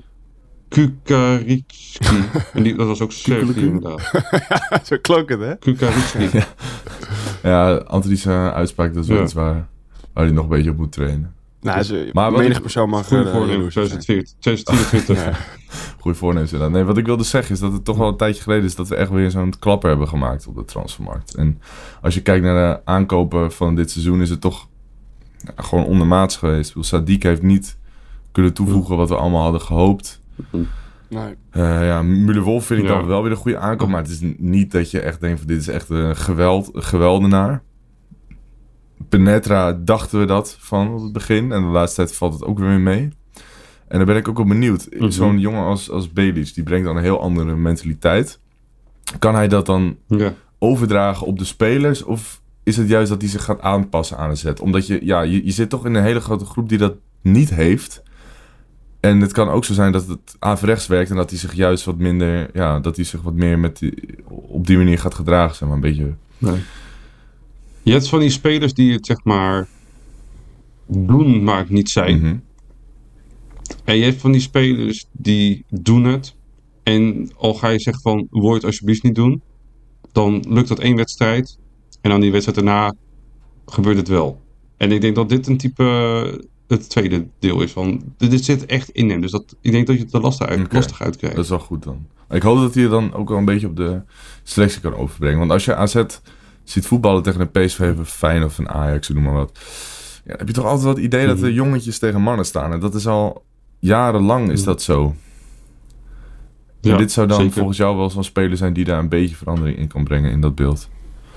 Kukaricki. En die, dat was ook Servië Kukeleku? inderdaad. zo klonk het, hè? Kukaricki. Ja, Anthony's uh, uitspraak, dat is wel Ja. iets waar, waar hij nog een beetje op moet trainen. Nou, ze, Maar wat menige ik- persoon mag Goeie uh, voornemen, jaloers zijn. twintig veertien, twintig vierentwintig. Ja. Goeie voornemens inderdaad. Nee, wat ik wilde zeggen is dat het toch wel een tijdje geleden is dat we echt weer zo'n klapper hebben gemaakt op de transfermarkt. En als je kijkt naar de aankopen van dit seizoen is het toch ja, gewoon ondermaats geweest. Ik bedoel, Sadiq heeft niet kunnen toevoegen wat we allemaal hadden gehoopt. Nee. Uh, ja, Müller-Wolf vind ik Ja. dan wel weer een goede aankoop, maar het is niet dat je echt denkt van dit is echt een, geweld, een geweldenaar. Penetra dachten we dat van op het begin en de laatste tijd valt het ook weer mee. En dan ben ik ook wel benieuwd. Mm-hmm. Zo'n jongen als, als Belic, die brengt dan een heel andere mentaliteit. Kan hij dat dan Ja. overdragen op de spelers? Of is het juist dat hij zich gaat aanpassen aan de zet? Omdat je, ja, je, je zit toch in een hele grote groep die dat niet heeft. En het kan ook zo zijn dat het averechts werkt en dat hij zich juist wat minder, ja, dat hij zich wat meer met die, op die manier gaat gedragen, zeg maar, een beetje. Nee. Je hebt van die spelers die het zeg maar doen, maar het niet zijn. Mhm. En je hebt van die spelers die doen het. En al ga je zeggen van, wil je het alsjeblieft niet doen. Dan lukt dat één wedstrijd. En dan die wedstrijd daarna gebeurt het wel. En ik denk dat dit een type, het tweede deel is van, dit zit echt in hem. Dus dat, ik denk dat je het er lastig uit, Oké. lastig uit krijgt. Dat is wel goed dan. Ik hoop dat hij het dan ook wel een beetje op de selectie kan overbrengen. Want als je A Z ziet voetballen tegen een P S V of een Feyenoord of een Ajax, noem maar wat. Ja, dan heb je toch altijd wel het idee dat er jongetjes tegen mannen staan. En dat is al jarenlang is dat zo. En Ja, dit zou dan zeker. volgens jou wel zo'n speler zijn die daar een beetje verandering in kan brengen in dat beeld.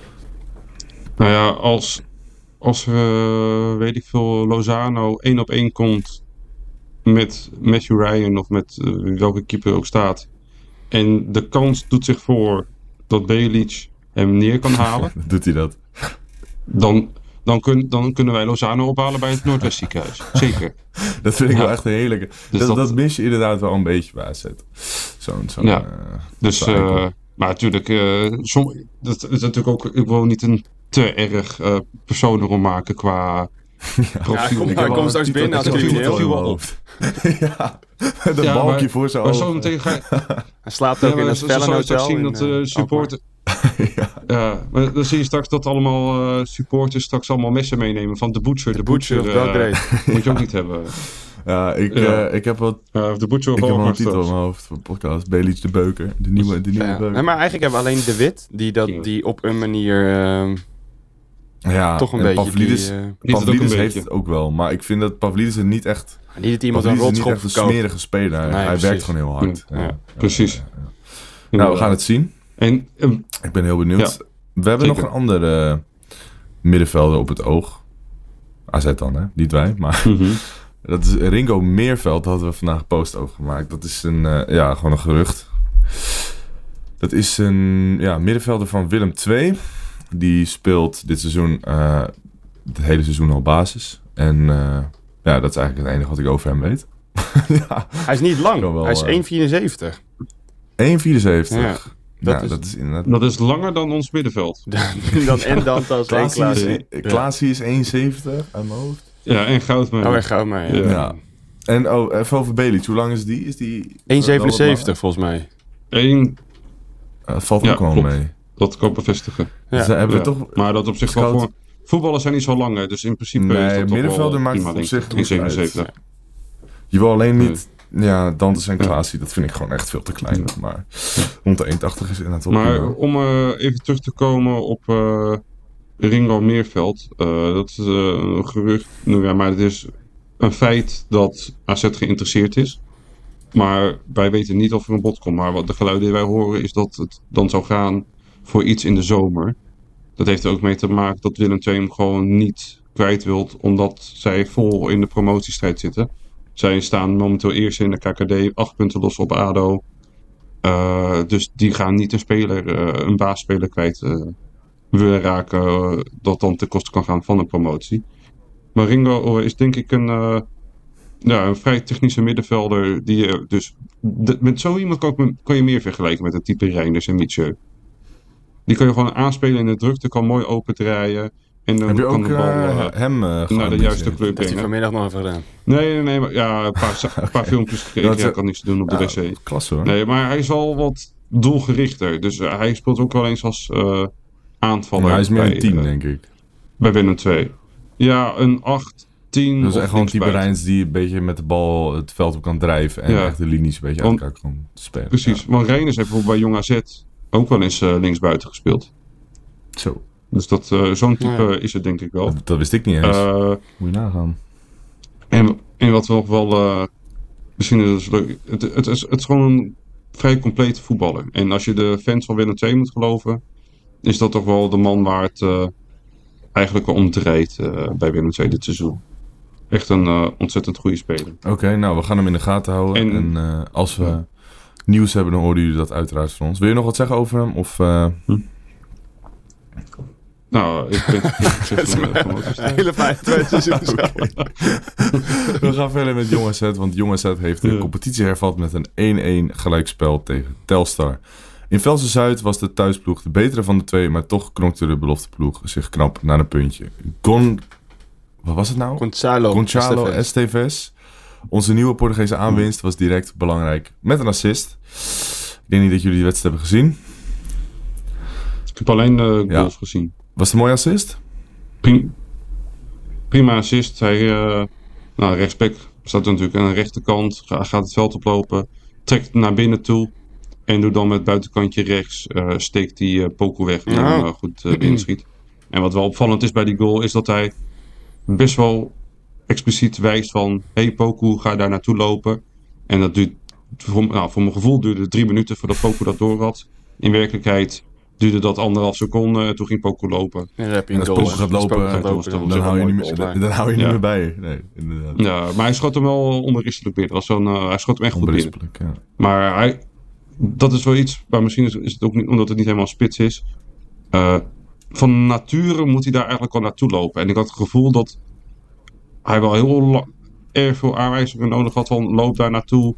Nou ja, als, als uh, weet ik veel, Lozano één op één komt met Matthew Ryan of met uh, welke keeper ook staat. En de kans doet zich voor dat Belic hem neer kan halen. Doet hij dat? dan, dan, kun, dan kunnen wij Lozano ophalen bij het Noordwest ziekenhuis. Zeker. Dat vind ik Ja. wel echt een heerlijke... Dus dat, dat- dat mis je inderdaad wel een beetje bij A Z. Zo'n... zo'n Ja. eh, Dus, zo'n eikel. uh, maar natuurlijk, uh, som, dat is natuurlijk ook, ik wil niet een te erg uh, persoon erom maken qua profiel. Ja, kom- Ik hij heb komt al straks een binnen als titel- hij titel heel in mijn op. hoofd. Ja, met een Ja, balkje maar- voor zijn Maar ogen. zo meteen ga je, Hij slaapt ja, ook in maar het zo, zo zal je straks zien Stellenhotel. dat in, uh, uh, supporter... ja. Ja, maar dan zie je straks dat allemaal uh, supporters straks allemaal messen meenemen van de Butcher. De, De Butcher of uh, Belgrade. moet je ook niet hebben. Ja, ik, Ja. eh, ik heb wat... Uh, de Butcher of Ik heb wel een Belgrade titel in straks. mijn hoofd voor de podcast. Belic de Beuker. De nieuwe, de nieuwe Ja. Beuker. Nee, maar eigenlijk hebben we alleen De Wit, die, dat, Ja. die op een manier uh, ja, toch een en beetje... Pavlidis, die, uh, Heeft het ook Pavlidis een heeft beetje. het ook wel. Maar ik vind dat Pavlidis het niet echt... niet dat iemand een Pavlidis is niet rotschop echt een verkoopt. smerige speler. Hij, Nee, hij precies. werkt gewoon heel hard. Ja, Ja, ja, ja, precies. ja, ja. Nou, we gaan het zien. En um, Ik ben heel benieuwd. We hebben zeker. nog een andere uh, middenvelder op het oog. A Z dan, hè? Niet wij, maar... mm-hmm. Dat is Ringo Meerveld, daar hadden we vandaag een post over gemaakt. Dat is een, uh, ja, gewoon een gerucht. Dat is een ja, middenvelder van Willem twee. Die speelt dit seizoen, uh, het hele seizoen al basis. En uh, ja, dat is eigenlijk het enige wat ik over hem weet. ja. Hij is niet lang, Kan wel, hij is uh, één vierenzeventig. één vierenzeventig. Ja, Dat, dat ja, is- dat is inderdaad... dat is langer dan ons middenveld. dan, en dan als één Klaasie is, Klaas. een- Klaasie is één zeventig uit mijn hoofd. Ja, en Goudman. Oh, echt gauw maar. Ja. Ja. Ja. En oh, even over Belic. Hoe lang is die? Is die één wel wat zevenenzeventig volgens mij. Eén, langer? Uh, het valt Ja, ook wel klopt. mee. dat kan ik bevestigen. Ja. Dus, uh, hebben Ja. we toch... Maar dat op zich wel Schout- voor... Voetballers zijn niet zo lang, hè, dus in principe Nee, is dat toch middenvelder wel maakt prima, het op denk zich ik. niet In zevenenzeventig. Je wil alleen niet... Ja, Dantes en Klaasie, dat vind ik gewoon echt veel te klein. Maar rond de één tachtig is inderdaad wel Maar prima. om uh, even terug te komen op uh, Ringo Meerveld. Uh, dat is uh, een gerucht. Nou ja, maar het is een feit dat A Z geïnteresseerd is. Maar wij weten niet of er een bod komt. Maar wat de geluiden die wij horen is dat het dan zou gaan voor iets in de zomer. Dat heeft er ook mee te maken dat Willem twee hem gewoon niet kwijt wilt, omdat zij vol in de promotiestrijd zitten. Zij staan momenteel eerst in de K K D, acht punten los op A D O. Uh, dus die gaan niet een speler, uh, een baasspeler kwijt uh, willen raken, uh, dat dan ten koste kan gaan van een promotie. Maar Ringo is denk ik een, uh, ja, een vrij technische middenvelder. Die, uh, dus de, met zo iemand kan, kan je meer vergelijken met het type Reinders en Mitchell. Die kan je gewoon aanspelen in de drukte, kan mooi opendraaien. En dan Heb je kan ook de bal uh, uh, hem uh, naar de juiste club Dat heeft brengen. hij vanmiddag nog even gedaan. Nee, nee, nee. Maar, ja, een paar, okay. een paar filmpjes gekregen. Dat, ja, kan niks doen op de ja, wc. Klasse hoor. Nee, maar hij is wel wat doelgerichter. Dus uh, hij speelt ook wel eens als uh, aanvaller. Ja, hij is meer bij, een tien, uh, denk ik. Bij Willem twee. Ja, een acht, tien. Dat is echt gewoon een type linksbuiten. Reins die een beetje met de bal het veld op kan drijven. En Ja. echt de linies een beetje Want- uit elkaar kan spelen. Precies. Ja. Want Reinders heeft bijvoorbeeld bij Jong A Z ook wel eens uh, linksbuiten gespeeld. Zo, Dus dat, uh, zo'n type Ja. is het denk ik wel. dat, dat wist ik niet eens. Uh, Moet je nagaan. en, en wat nog wel... Uh, misschien is het leuk. Het, het, is, het is gewoon een vrij complete voetballer. En als je de fans van Willem twee moet geloven, is dat toch wel de man waar het uh, eigenlijk om draait uh, bij Willem twee dit seizoen. Echt een uh, ontzettend goede speler. Oké, okay, nou, we gaan hem in de gaten houden. En, En- en uh, als we ja. nieuws hebben, dan horen jullie dat uiteraard van ons. Wil je nog wat zeggen over hem? Of, uh... hm? Nou, ik ben het Een hele fijne twee seizoenen. We gaan verder met Jong A Z, want Jong A Z heeft de Ja. competitie hervat met een één-één gelijkspel tegen Telstar. In Velsen-Zuid was de thuisploeg de betere van de twee, maar toch knonkte de belofteploeg zich knap naar een puntje. Gon... Wat was het nou? Gonzalo. Gonçalo Esteves. Onze nieuwe Portugese aanwinst was direct belangrijk met een assist. Ik denk niet dat jullie die wedstrijd hebben gezien. Ik heb alleen de Ja. goals gezien. Was het een mooie assist? Prima, prima assist. Hij, uh, nou, rechtsback staat natuurlijk aan de rechterkant. Ga, gaat het veld oplopen. Trekt naar binnen toe. En doet dan met buitenkantje rechts. Uh, steekt die uh, Poku weg. Die Nou. hem uh, goed uh, binnenschiet. En wat wel opvallend is bij die goal, is dat hij best wel expliciet wijst van... Hey Poku, ga daar naartoe lopen. En dat duurt, voor, nou, voor mijn gevoel duurde het drie minuten voordat Poku dat door had. In werkelijkheid duurde dat anderhalf seconde. Toen ging Poku lopen. En dan heb je En een als goal. Poku gaat Als Poku lopen, gaat dan- lopen, dan- Dan hou je niet mooi meer, goal dan, dan hou je niet Ja. meer bij. Nee, inderdaad. Ja, maar hij schoot hem wel onberispelijk binnen. Dat was zo'n, uh, hij schoot hem echt goed binnen. Onberispelijk, ja. Maar hij, dat is wel iets, maar misschien is, is het ook niet omdat het niet helemaal spits is. Uh, van nature moet hij daar eigenlijk al naartoe lopen. En ik had het gevoel dat hij wel heel lang, erg veel aanwijzingen nodig had van loop daar naartoe.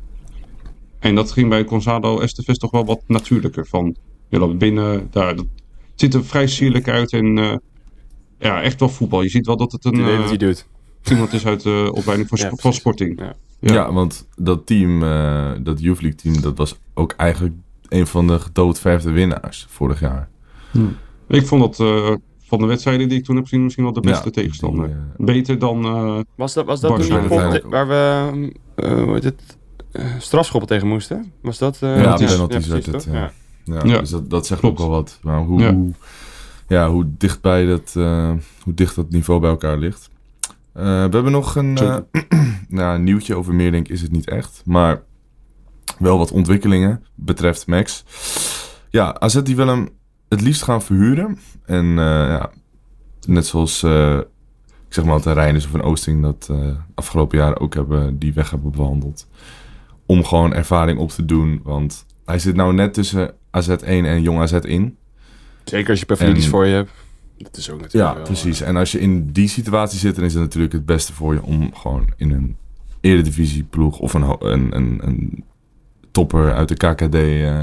En dat ging bij Gonzalo Esteves toch wel wat natuurlijker. Van je loopt binnen, daar, dat het ziet er vrij sierlijk uit en uh, ja, echt wel voetbal. Je ziet wel dat het een Die weet wat uh, hij doet. iemand is uit de opleiding van, Ja, sp- van precies. Sporting. Ja. Ja, Ja. want dat team, uh, dat Youth League team, dat was ook eigenlijk een van de gedoodverfde winnaars vorig jaar. Ik vond dat uh, van de wedstrijden die ik toen heb gezien misschien wel de beste Ja, tegenstander. die, uh, Beter dan... Uh, Was dat, was dat Barca toen de pot uiteindelijk. waar we uh, hoe heet het, uh, strafschoppen tegen moesten? Was dat? Uh, Ja, penalties. penalties ja, werd precies, het. toch? Ja. Ja, Ja. Dus dat, dat zegt Klopt. ook wel wat. Maar hoe, Ja. hoe, ja, hoe dichtbij dat, uh, hoe dicht dat niveau bij elkaar ligt. Uh, we hebben nog een uh, nou, een nieuwtje over Meerdink is het niet echt. Maar wel wat ontwikkelingen betreft Max. Ja, A Z die wil hem het liefst gaan verhuren. En uh, ja, net zoals uh, ik zeg maar altijd een Reinders of een Oosting dat uh, afgelopen jaren ook hebben, die weg hebben bewandeld. Om gewoon ervaring op te doen. Want hij zit nou net tussen A Z één en Jong A Z in. Zeker als je Pavlidis En- voor je hebt. Dat is ook natuurlijk Ja, wel, precies. uh, En als je in die situatie zit, dan is het natuurlijk het beste voor je om gewoon in een eredivisieploeg of een, ho- een, een, een topper uit de K K D uh,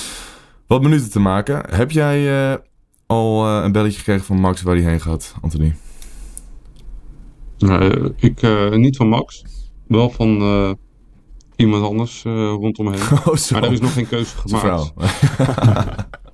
wat minuten te maken. Heb jij uh, al uh, een belletje gekregen van Max waar hij heen gaat, Anthony? uh, ik uh, niet van Max. Wel van uh, iemand anders uh, rondom hem. Oh, zo. Maar er is nog geen keuze Zijn gemaakt. vrouw.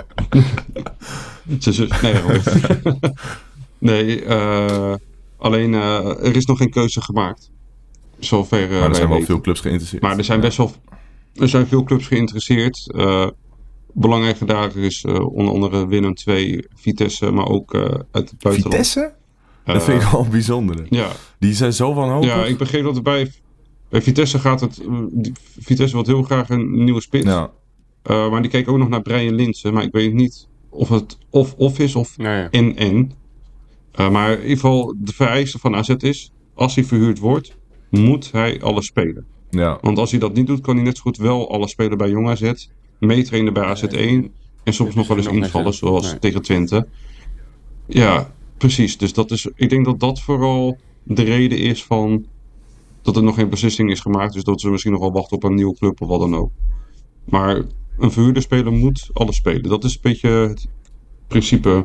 Zijn zus. Nee, hoor. nee uh, alleen uh, er is nog geen keuze gemaakt. Zover uh, Maar er wij zijn wel weten. veel clubs geïnteresseerd. Maar er zijn Ja. best wel er zijn veel clubs geïnteresseerd. Uh, belangrijke dagen is uh, onder andere Willem twee, Vitesse, maar ook uh, uit het buitenland. Vitesse? Uh, Dat vind ik wel een bijzondere. Ja, Die zijn zo wanhopig. ja, ik begreep dat er bij, bij Vitesse gaat het... uh, die- Vitesse wil heel graag een nieuwe spits. Ja. Uh, maar die kijken ook nog naar Brian Linssen. Maar ik weet niet of het of-of is of Nou ja. en-en. Uh, maar in ieder geval, de vereiste van A Z is, als hij verhuurd wordt, moet hij alles spelen. Ja. Want als hij dat niet doet, kan hij net zo goed wel alles spelen bij Jong A Z, meetrainen bij A Z één en soms nog wel eens invallen, zoals nee. tegen Twente. Ja, precies. Dus dat is, ik denk dat dat vooral de reden is van dat er nog geen beslissing is gemaakt. Dus dat ze misschien nog wel wachten op een nieuwe club of wat dan ook. Maar een verhuurde speler moet alles spelen. Dat is een beetje het principe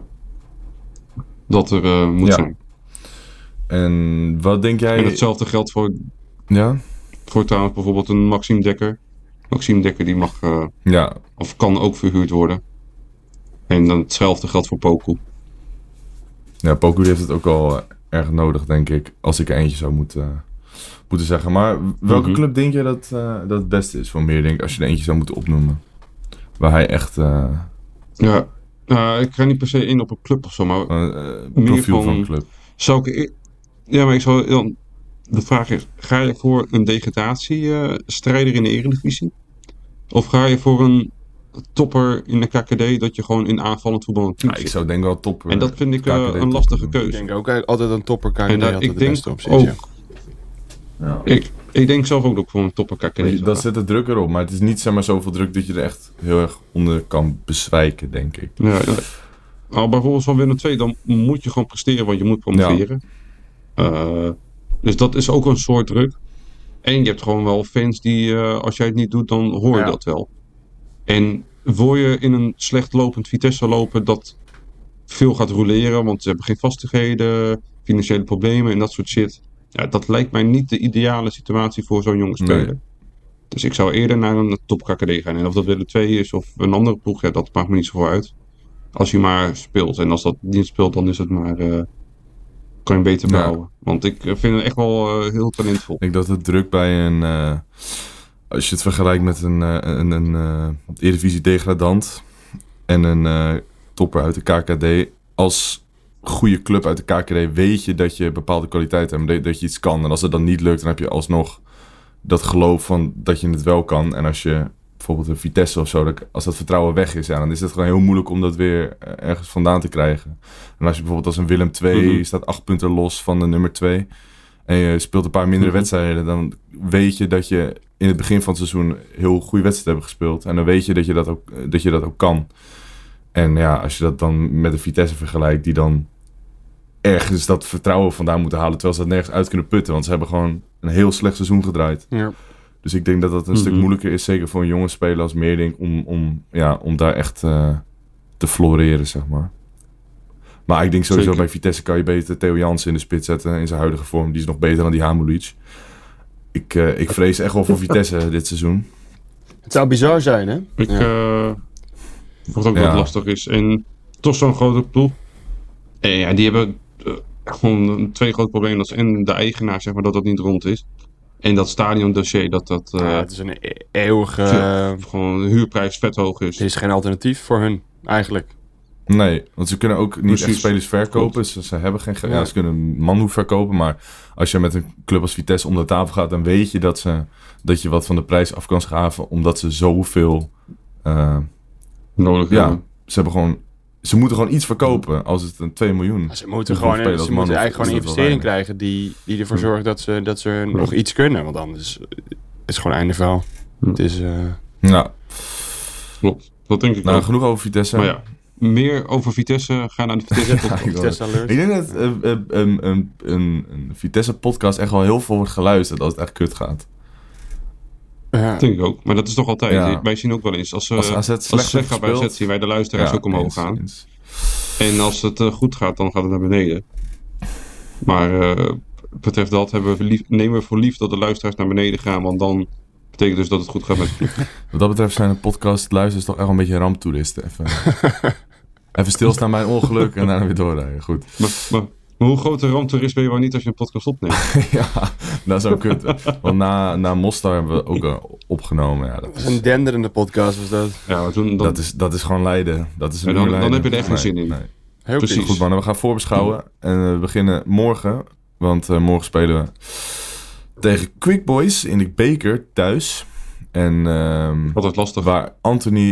dat er uh, moet Ja. zijn. En wat denk jij... En hetzelfde geldt voor, Ja? voor trouwens bijvoorbeeld een Maxime Dekker. Maxime Dekker die mag uh, Ja. of kan ook verhuurd worden. En dan hetzelfde geldt voor Poku. Ja, Poku heeft het ook al uh, erg nodig, denk ik. Als ik er eentje zou moeten, moeten zeggen. Maar welke Mm-hmm. club denk je dat, uh, dat het beste is voor Meerdink als je er eentje zou moeten opnoemen? Waar hij echt... Uh, Ja, uh, ik ga niet per se in op een club of zo, maar uh, profiel van- van een club. zou ik... e- Ja, maar ik zou dan... De vraag is, ga je voor een degradatiestrijder in de Eredivisie? Of ga je voor een topper in de K K D dat je gewoon in aanvallend voetbal een team Ja, ik zit? zou denk wel top... En dat vind ik uh, K K D een top lastige doen. Ik keuze. denk ook eigenlijk altijd een topper K K D En uh, altijd ik de denk beste optie. ook... Ja. Ja. Ik, ik denk zelf ook dat ik voor een topper K K D zou Dat gaan. zet de druk erop, maar het is niet zeg maar zoveel druk dat je er echt heel erg onder kan bezwijken, denk ik. Ja, ja. Nou, bijvoorbeeld van Willem twee, dan moet je gewoon presteren, want je moet promoveren. Uh, dus dat is ook een soort druk. En je hebt gewoon wel fans die, uh, als jij het niet doet, dan hoor je Ja. dat wel. En wil je in een slecht lopend Vitesse lopen dat veel gaat roleren, want ze hebben geen vastigheden, financiële problemen en dat soort shit. Ja, dat lijkt mij niet de ideale situatie voor zo'n jonge speler. Nee. Dus ik zou eerder naar een top K K D gaan. En of dat Willem twee is of een andere ploeg, ja, dat maakt me niet zoveel uit. Als je maar speelt. En als dat niet speelt, dan is het maar... Uh, kan je beter Ja. bouwen. Want ik vind het echt wel uh, heel talentvol. Ik denk dat de druk bij een... Uh, als je het vergelijkt met een, uh, een, een uh, Eredivisie-degradant en een uh, topper uit de K K D. Als goede club uit de K K D weet je dat je bepaalde kwaliteit hebt. Dat, dat je iets kan. En als het dan niet lukt, dan heb je alsnog dat geloof van dat je het wel kan. En als je bijvoorbeeld een Vitesse of zo, dat, als dat vertrouwen weg is, ja, dan is het gewoon heel moeilijk om dat weer ergens vandaan te krijgen. En als je bijvoorbeeld als een Willem twee, Mm-hmm. je staat acht punten los van de nummer twee en je speelt een paar mindere Mm-hmm. wedstrijden, dan weet je dat je in het begin van het seizoen heel goede wedstrijden hebt gespeeld. En dan weet je dat je dat ook, dat je dat ook kan. En ja, als je dat dan met de Vitesse vergelijkt, die dan ergens dat vertrouwen vandaan moeten halen, terwijl ze dat nergens uit kunnen putten, want ze hebben gewoon een heel slecht seizoen gedraaid. Ja. Dus ik denk dat dat een Mm-hmm. stuk moeilijker is, zeker voor een jonge speler als Meerdink, om, om, ja, om daar echt uh, te floreren, zeg maar. Maar ik denk sowieso Zeker. bij Vitesse kan je beter Theo Jansen in de spits zetten in zijn huidige vorm. Die is nog beter dan die Hamulic. Ik, uh, ik vrees echt wel voor Vitesse dit seizoen. Het zou bizar zijn, hè? Ik Ja. uh, wat ook Ja. wat lastig is. En toch zo'n grote ploeg. En ja, die hebben uh, gewoon twee grote problemen. Dat is en de eigenaar, zeg maar, dat dat niet rond is. En dat stadiondossier, dat dat uh, Ja, het is een e- eeuwige... Ja. gewoon de huurprijs vet hoog is. Er is geen alternatief voor hun, eigenlijk. Nee, want ze kunnen ook niet Precies. echt spelers verkopen. Ze, ze hebben geen geld. Ja, ze kunnen een manhoef verkopen. Maar als je met een club als Vitesse om de tafel gaat, dan weet je dat, ze, dat je wat van de prijs af kan schaven. Omdat ze zoveel... Uh, Nodig ja, hebben. ze hebben gewoon... Ze moeten gewoon iets verkopen als het een twee miljoen... Ze moeten Hoeveel gewoon, spelen ze als moeten man, of eigenlijk gewoon een is dat wel investering weinig? krijgen die, die ervoor zorgt dat ze, dat ze nog iets kunnen. Want anders is het gewoon einde verhaal. Het is... Uh... Nou, Klopt, dat denk ik nou ook. genoeg over Vitesse. Maar ja, meer over Vitesse, ga naar de Vitesse podcast. ik, Vitesse alert. ik denk dat uh, uh, um, um, een, een Vitesse-podcast echt wel heel veel wordt geluisterd als het echt kut gaat. Ja. Dat denk ik ook, maar dat is toch altijd. Ja. Wij zien ook wel eens, als, uh, Als A Z als slecht het slecht gaat bij A Z, gespeeld. zien wij de luisteraars ook omhoog eens, gaan. eens. En als het uh, goed gaat, dan gaat het naar beneden. Maar uh, betreft dat hebben we lief, nemen we voor lief dat de luisteraars naar beneden gaan, want dan betekent dus dat het goed gaat met de club. Wat dat betreft zijn de podcast luisteren toch echt wel een beetje ramptoeristen. Even, even stilstaan bij een ongeluk en daarna weer doorrijden. Goed. Maar, maar, maar hoe groot een ramptoerist ben je wel niet als je een podcast opneemt? Ja, dat is ook kut. Want na, na Mostar hebben we ook uh, opgenomen. Ja, dat, Dat is is, een denderende podcast was dat. Ja, maar toen, dan, dat, is, dat is gewoon lijden. Dat is een En dan- uur dan lijden. heb je er echt geen Nee, zin in. nee. Heel Precies. precies. Goed mannen, we gaan voorbeschouwen. En we beginnen morgen. Want uh, morgen spelen we tegen Quick Boys in de beker thuis. En um, altijd lastig. waar Anthony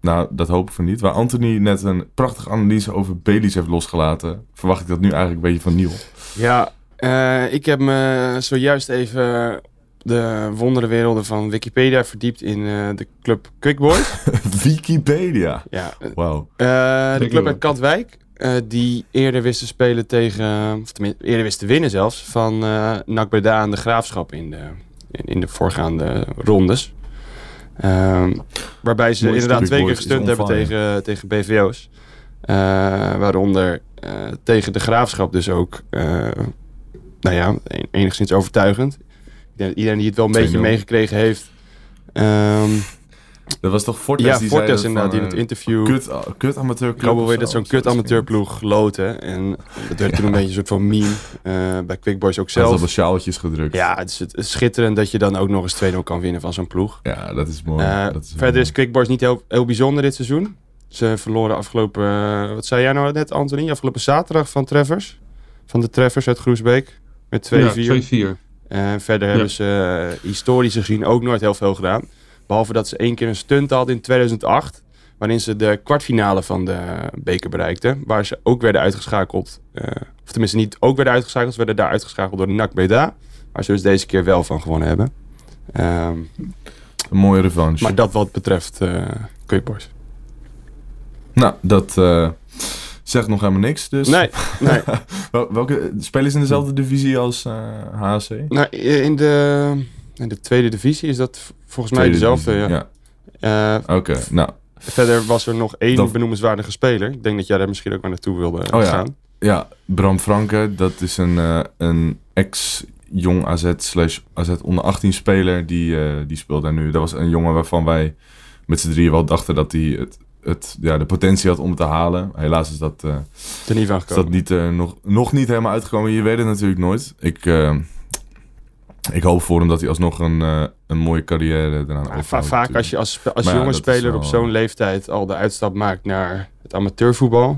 nou, dat hopen we niet. Waar Anthony net een prachtige analyse over Baileys heeft losgelaten, verwacht ik dat nu eigenlijk een beetje van Niel. Ja, uh, ik heb me zojuist even de wonderenwerelden van Wikipedia verdiept in uh, de club Quick Boys. Wikipedia? Ja. Wauw. Uh, de club uit Katwijk, uh, die eerder wist te spelen tegen, of tenminste eerder wist te winnen zelfs, van uh, N A C Breda en de Graafschap in de, in, in de voorgaande rondes. Um, waarbij ze Mooie inderdaad twee keer Boys gestunt is hebben tegen, tegen B V O's. Uh, waaronder uh, tegen de Graafschap dus ook, uh, nou ja, enigszins overtuigend. Ik denk dat iedereen die het wel een beetje meegekregen heeft. Um, dat was toch Fortes? Ja, die Fortes zei inderdaad, van, die in het interview. Kut, kut amateurclub. Robbo weet dat zo'n kut amateurploeg loten. En dat werd toen een beetje een soort van meme. Uh, bij Quick Boys ook zelf. Hij had op sjaaltjes gedrukt. Ja, het is, het is schitterend dat je dan ook nog eens twee nul kan winnen van zo'n ploeg. Ja, dat is mooi. Uh, dat is verder mooi. is Quick Boys niet heel, heel bijzonder dit seizoen. Ze verloren afgelopen, uh, wat zei jij nou net, Anthony? Afgelopen zaterdag van Treffers. Van de Treffers uit Groesbeek. Met twee vier. Ja, twee vier. En verder ja. hebben ze uh, historisch gezien ook nooit heel veel gedaan. Behalve dat ze één keer een stunt hadden in tweeduizend acht. Waarin ze de kwartfinale van de beker bereikten. Waar ze ook werden uitgeschakeld. Uh, of tenminste niet ook werden uitgeschakeld. Ze werden daar uitgeschakeld door de N A C Breda. Waar ze dus deze keer wel van gewonnen hebben. Um, een mooie revanche. Maar dat wat betreft uh, Quick Boys. Nou, dat uh, zegt nog helemaal niks. Dus. Nee, nee. Wel, welke spelen ze in dezelfde divisie als uh, H C? Nou, in de, in de tweede divisie is dat volgens mij tweede dezelfde. divisie, Ja. ja. Uh, Oké, okay, nou. Verder was er nog één dat... benoemenswaardige speler. Ik denk dat jij daar misschien ook maar naartoe wilde oh, gaan. Ja. ja, Bram Franke. Dat is een, uh, een ex-jong A Z slash A Z onder achttien speler. Die, uh, die speelt daar nu. Dat was een jongen waarvan wij met z'n drieën wel dachten dat hij het, het, ja, de potentie had om het te halen. Helaas is dat, uh, er niet van is dat niet, uh, nog, nog niet helemaal uitgekomen. Je weet het natuurlijk nooit. Ik... Uh, Ik hoop voor hem dat hij alsnog een, uh, een mooie carrière daarna ja, overhoudt. Vaak als je als, als ja, jonge speler wel... op zo'n leeftijd al de uitstap maakt naar het amateurvoetbal.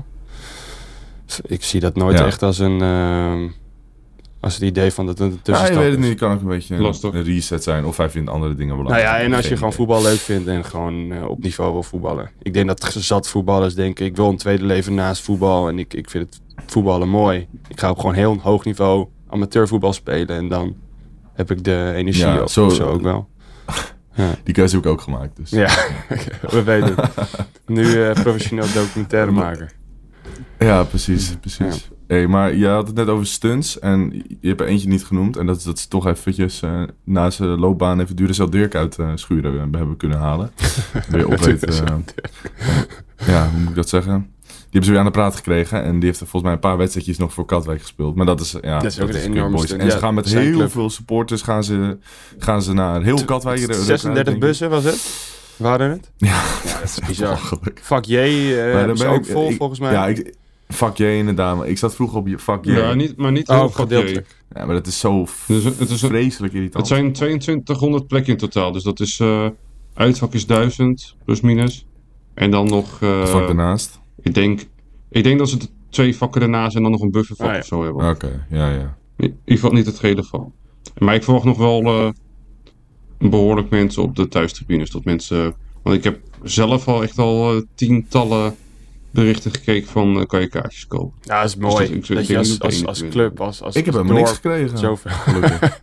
Ik zie dat nooit ja. echt als een, uh, als het idee van dat het een tussenstap ja, je weet het is. niet, het kan ook een beetje een, een reset zijn. Of hij vindt andere dingen belangrijk. Nou ja, en als je gewoon voetbal leuk vindt en gewoon uh, op niveau wil voetballen. Ik denk dat zat voetballers denken, ik wil een tweede leven naast voetbal. En ik, ik vind het voetballen mooi. Ik ga op gewoon heel hoog niveau amateurvoetbal spelen en dan... heb ik de energie ja, of, zo, of zo ook wel. Ja. Die keuze heb ik ook gemaakt. Dus. Ja, we weten het. Nu uh, professioneel documentaire maken. Ja, precies. precies. Ja. Hey, maar je had het net over stunts en je hebt er eentje niet genoemd. En dat is dat ze toch eventjes uh, na zijn loopbaan even Duracell Dirk uit uh, schuren uh, hebben kunnen halen. Weer opweten. Uh, ja, hoe moet ik dat zeggen? Die hebben ze weer aan de praat gekregen. En die heeft er volgens mij een paar wedstrijdjes nog voor Katwijk gespeeld. Maar dat is, ja, dat is ook dat een is enorme boys. stunt. En ze ja, gaan met heel club. veel supporters gaan ze, gaan ze naar heel Katwijk. zesendertig bussen was het? Waren het? Ja, ja dat is bizar. Vak J uh, is ook vol ik, volgens mij. Ja, ik, vak J inderdaad. Maar ik zat vroeger op vak J. Ja, niet, maar niet oh, heel gedeeltelijk. Ja, maar dat is zo dus het is vreselijk een, irritant. Het zijn tweeëntwintighonderd plekken in totaal. Dus dat is uh, uitvak is duizend plus minus. En dan nog... Uh, het vak daarnaast. Ik denk... Ik denk dat ze de twee vakken ernaast en dan nog een buffervak ah, ja. of zo hebben. Oké, okay, ja, ja. In ieder geval niet het hele geval. Maar ik verwacht nog wel uh, behoorlijk mensen op de thuistribunes. Dat mensen... Want ik heb zelf al echt al uh, tientallen berichten gekeken van uh, kan je kaartjes kopen. Ja, dat is mooi. Dus dat, dat je als, als, als club, als, als Ik heb helemaal niks gekregen. Zoveel. Gelukkig.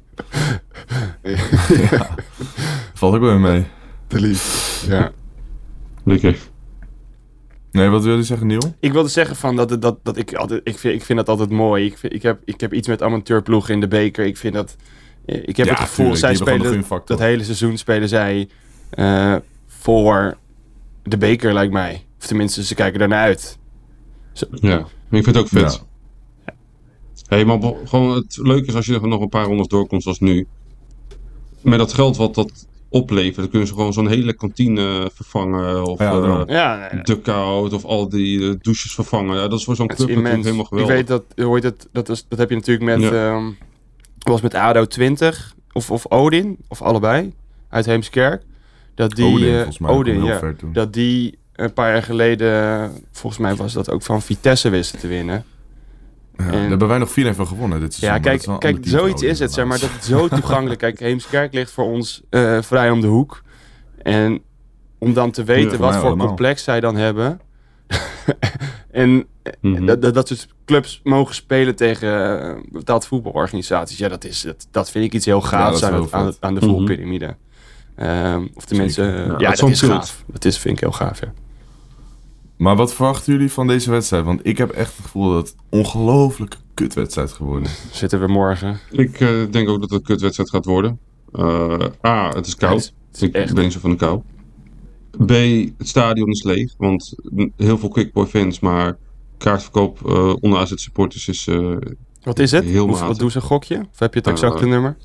ja. Valt ook wel mee. Te lief. Ja. Gelukkig. Nee, wat wil je zeggen, Niel? Ik wilde zeggen van dat, dat, dat ik altijd, ik vind, ik vind dat altijd mooi. Ik, vind, ik, heb, ik heb iets met amateurploegen in de beker. Ik vind dat, ik heb ja, het gevoel, tuurlijk, zij spelen dat, dat hele seizoen spelen zij uh, voor de beker, lijkt mij. Of tenminste, ze kijken ernaar uit. Zo. Ja, ik vind het ook vet. Ja. Ja. Hey, maar gewoon het leuke is als je er nog een paar rondes doorkomt zoals nu. Met dat geld wat dat oplevert, dan kunnen ze gewoon zo'n hele kantine vervangen. Of ja, uh, ja, nee, nee. dugout of al die uh, douches vervangen. Ja, dat is voor zo'n club natuurlijk helemaal geweldig. Ik weet dat, hoe heet het, dat, is, dat heb je natuurlijk met, ja. um, was met A D O twintig of, of Odin, of allebei, uit Heemskerk. Dat die, Odin, uh, volgens mij Odin ja, dat die een paar jaar geleden, volgens mij was dat ook van Vitesse wisten te winnen. Ja, en, daar hebben wij nog vier even gewonnen dit seizoen. Ja, kijk, kijk zoiets is het, zeg maar, dat het zo toegankelijk... Kijk, Heemskerk ligt voor ons uh, vrij om de hoek. En om dan te weten Ja, voor wat mij voor allemaal. complex zij dan hebben. en Mhm. dat, dat dat soort clubs mogen spelen tegen uh, betaald voetbalorganisaties. Ja, dat, is, dat, dat vind ik iets heel Ja, gaafs dat is aan, heel het- aan, vet. het- aan de Mhm. voetbalpyramide. Um, of de mensen... Ja, Ja, dat dat, is wel is cult. gaaf. Dat is, vind ik heel gaaf, ja. Maar wat verwachten jullie van deze wedstrijd? Want ik heb echt het gevoel dat het een ongelooflijke kutwedstrijd geworden is. Zitten we morgen. Ik uh, denk ook dat het een kutwedstrijd gaat worden. Uh, A, het is koud. Ja, het is ik echt- ben niet zo van de kou. B, het stadion is leeg. Want heel veel Quickboy fans, maar kaartverkoop uh, onder A Z supporters is... Uh, Wat is het? Heel Hoe, matig. wat doen ze, een gokje? Of heb je het Uh, exacte nummer?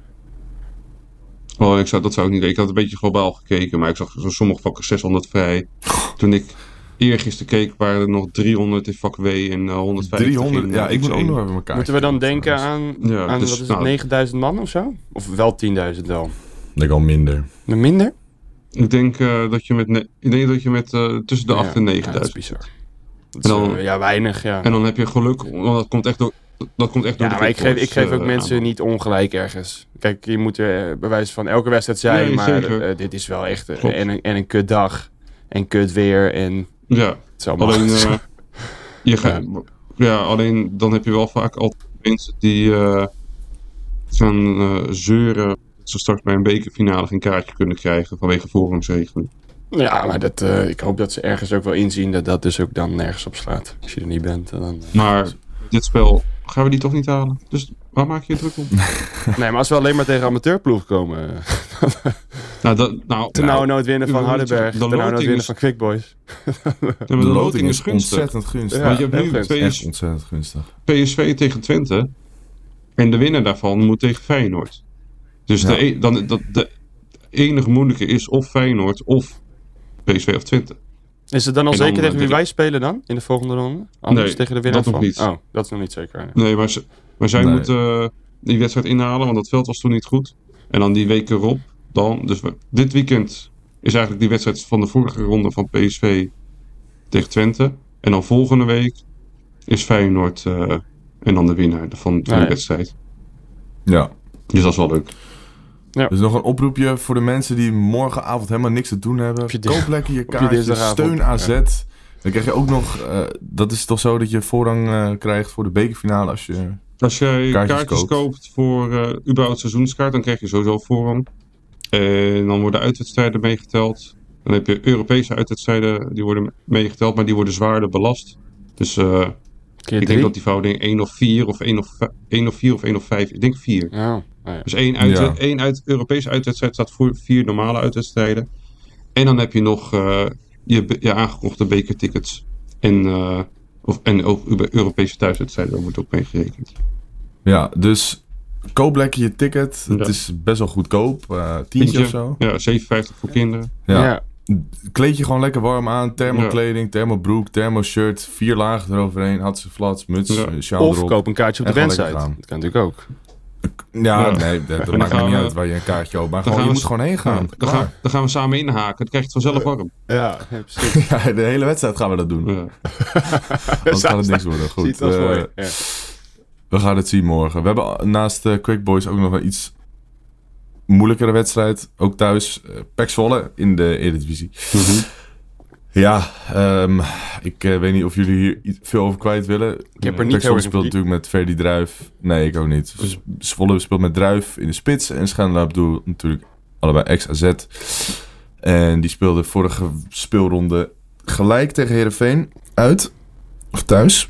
oh, ik zou, dat zou ik niet weten. Ik had een beetje globaal gekeken, maar ik zag zo sommige vakken zeshonderd vrij. Toen ik eergisteren keek, waren er nog driehonderd in vak W en uh, honderdvijftig driehonderd, in, uh, ja, ik moet X ook één. nog even elkaar. Moeten we dan denken aan, Ja, aan dus, wat is het, nou, negenduizend man of zo? Of wel tienduizend wel? Ik denk al minder. Nog minder? Ik denk uh, dat je met, ne- ik denk dat je met uh, tussen de acht en Ja, dat is negenduizend. bizar. Dat En is, dan- uh, ja, weinig, ja. En dan heb je geluk, want dat komt echt door, dat komt echt door Ja, de maar ik geef, Quickboys, ik geef ook uh, mensen aanpak. niet ongelijk ergens. Kijk, je moet er uh, bij wijze van elke wedstrijd zijn, Nee, maar zeker. uh, dit is wel echt... uh, Klopt. en, een, en een kut dag. En kut weer. En Ja, het is allemaal... alleen, uh, je gaat, ja, alleen dan heb je wel vaak altijd mensen die uh, gaan uh, zeuren dat ze straks bij een bekerfinale geen kaartje kunnen krijgen vanwege forumsregeling. ja, maar dat, uh, ik hoop dat ze ergens ook wel inzien dat dat dus ook dan nergens op slaat. Als je er niet bent, dan... Uh... Maar dit spel gaan we die toch niet halen. Dus waar maak je je druk om? Nee, maar als we alleen maar tegen amateurploeg komen... Uh, nou, dat, nou, ten nou nooit winnen van de Hardenberg. Ten nou nooit loting winnen is- van Quickboys. ja, maar De, de loting, loting is is gunstig. ontzettend gunstig. Ja, Want je hebt heel nu gunstig. twee Echt ontzettend gunstig. P S V tegen Twente. En de winnaar daarvan moet tegen Feyenoord. Dus Ja. de, e- dan, dat, de enige moeilijke is of Feyenoord of P S V of Twente. Is het dan al En dan, zeker tegen uh, wie de- wij spelen dan? In de volgende ronde? Anders Nee, tegen de winnaar dat nog van? niet. Oh, dat is nog niet zeker. nee. Nee, maar, ze- maar zij Nee. moeten uh, die wedstrijd inhalen, want dat veld was toen niet goed. En dan die week erop, dan, dus we- dit weekend is eigenlijk die wedstrijd van de vorige ronde van P S V tegen Twente. En dan volgende week is Feyenoord uh, en dan de winnaar van, van Ah, die ja. wedstrijd. Ja. Dus dat is wel leuk. Dus nog een oproepje voor de mensen die morgenavond helemaal niks te doen hebben. Op je dis- Koop lekker je je kaartje, dinsdagavond. steun A Z. Dan krijg je ook nog... Uh, dat is toch zo dat je voorrang uh, krijgt voor de bekerfinale als je... Als jij Kaartjes kaartjes, koopt. koopt voor uh, überhaupt seizoenskaart, dan krijg je sowieso voorrang. En dan worden uitwedstrijden meegeteld. Dan heb je Europese uitwedstrijden, die worden meegeteld, maar die worden zwaarder belast. Dus uh, Keer ik drie? denk dat die verhouding één of vier of één of, één of vier of één of vijf, ik denk vier. Oh, oh ja. Dus één, uit, Ja. één uit Europese uitwedstrijd staat voor vier normale uitwedstrijden. En dan heb je nog uh, je, be- je aangekochte bekertickets. En, uh, of, en ook Europese thuiswedstrijden, daar wordt ook mee gerekend. Ja, dus koop lekker je ticket. Het Ja. is best wel goedkoop. Uh, tientje of zo. Ja, zevenenvijftig voor kinderen. Ja. Ja. Kleed je gewoon lekker warm aan. Thermokleding, thermobroek, thermoshirt. Vier lagen eroverheen. Hadse flats, muts, Ja. ja. sjaal Of erop. koop een kaartje op de En gewoon website. lekker gaan. Dat kan natuurlijk ook. Ja, Ja. nee, dat, dat dan maakt me gaan niet we- uit waar je een kaartje op. Maar Dan gewoon, je gaan moet we- gewoon heen gaan. Ja, dan, gaan, dan gaan we samen inhaken. Dan krijg je het vanzelf warm. Ja, precies. Ja, de hele wedstrijd gaan we dat doen. Ja. Anders gaat het niks worden. Goed, Ziet dat eh, voor je. Ja. we gaan het zien morgen. We hebben naast uh, Quick Boys ook nog een iets moeilijkere wedstrijd. Ook thuis. Uh, P E C Zwolle in de Eredivisie. Mm-hmm. Ja, um, ik uh, weet niet of jullie hier iets- veel over kwijt willen. Ik heb er P E niet C heel Zwolle erg speelt in natuurlijk met Ferdy Druif. Nee, ik ook niet. Z- Zwolle speelt met Druif in de spits. En Schendelaar bedoel natuurlijk allebei ex-A Z. En die speelde vorige speelronde gelijk tegen Heerenveen. Uit. Of thuis.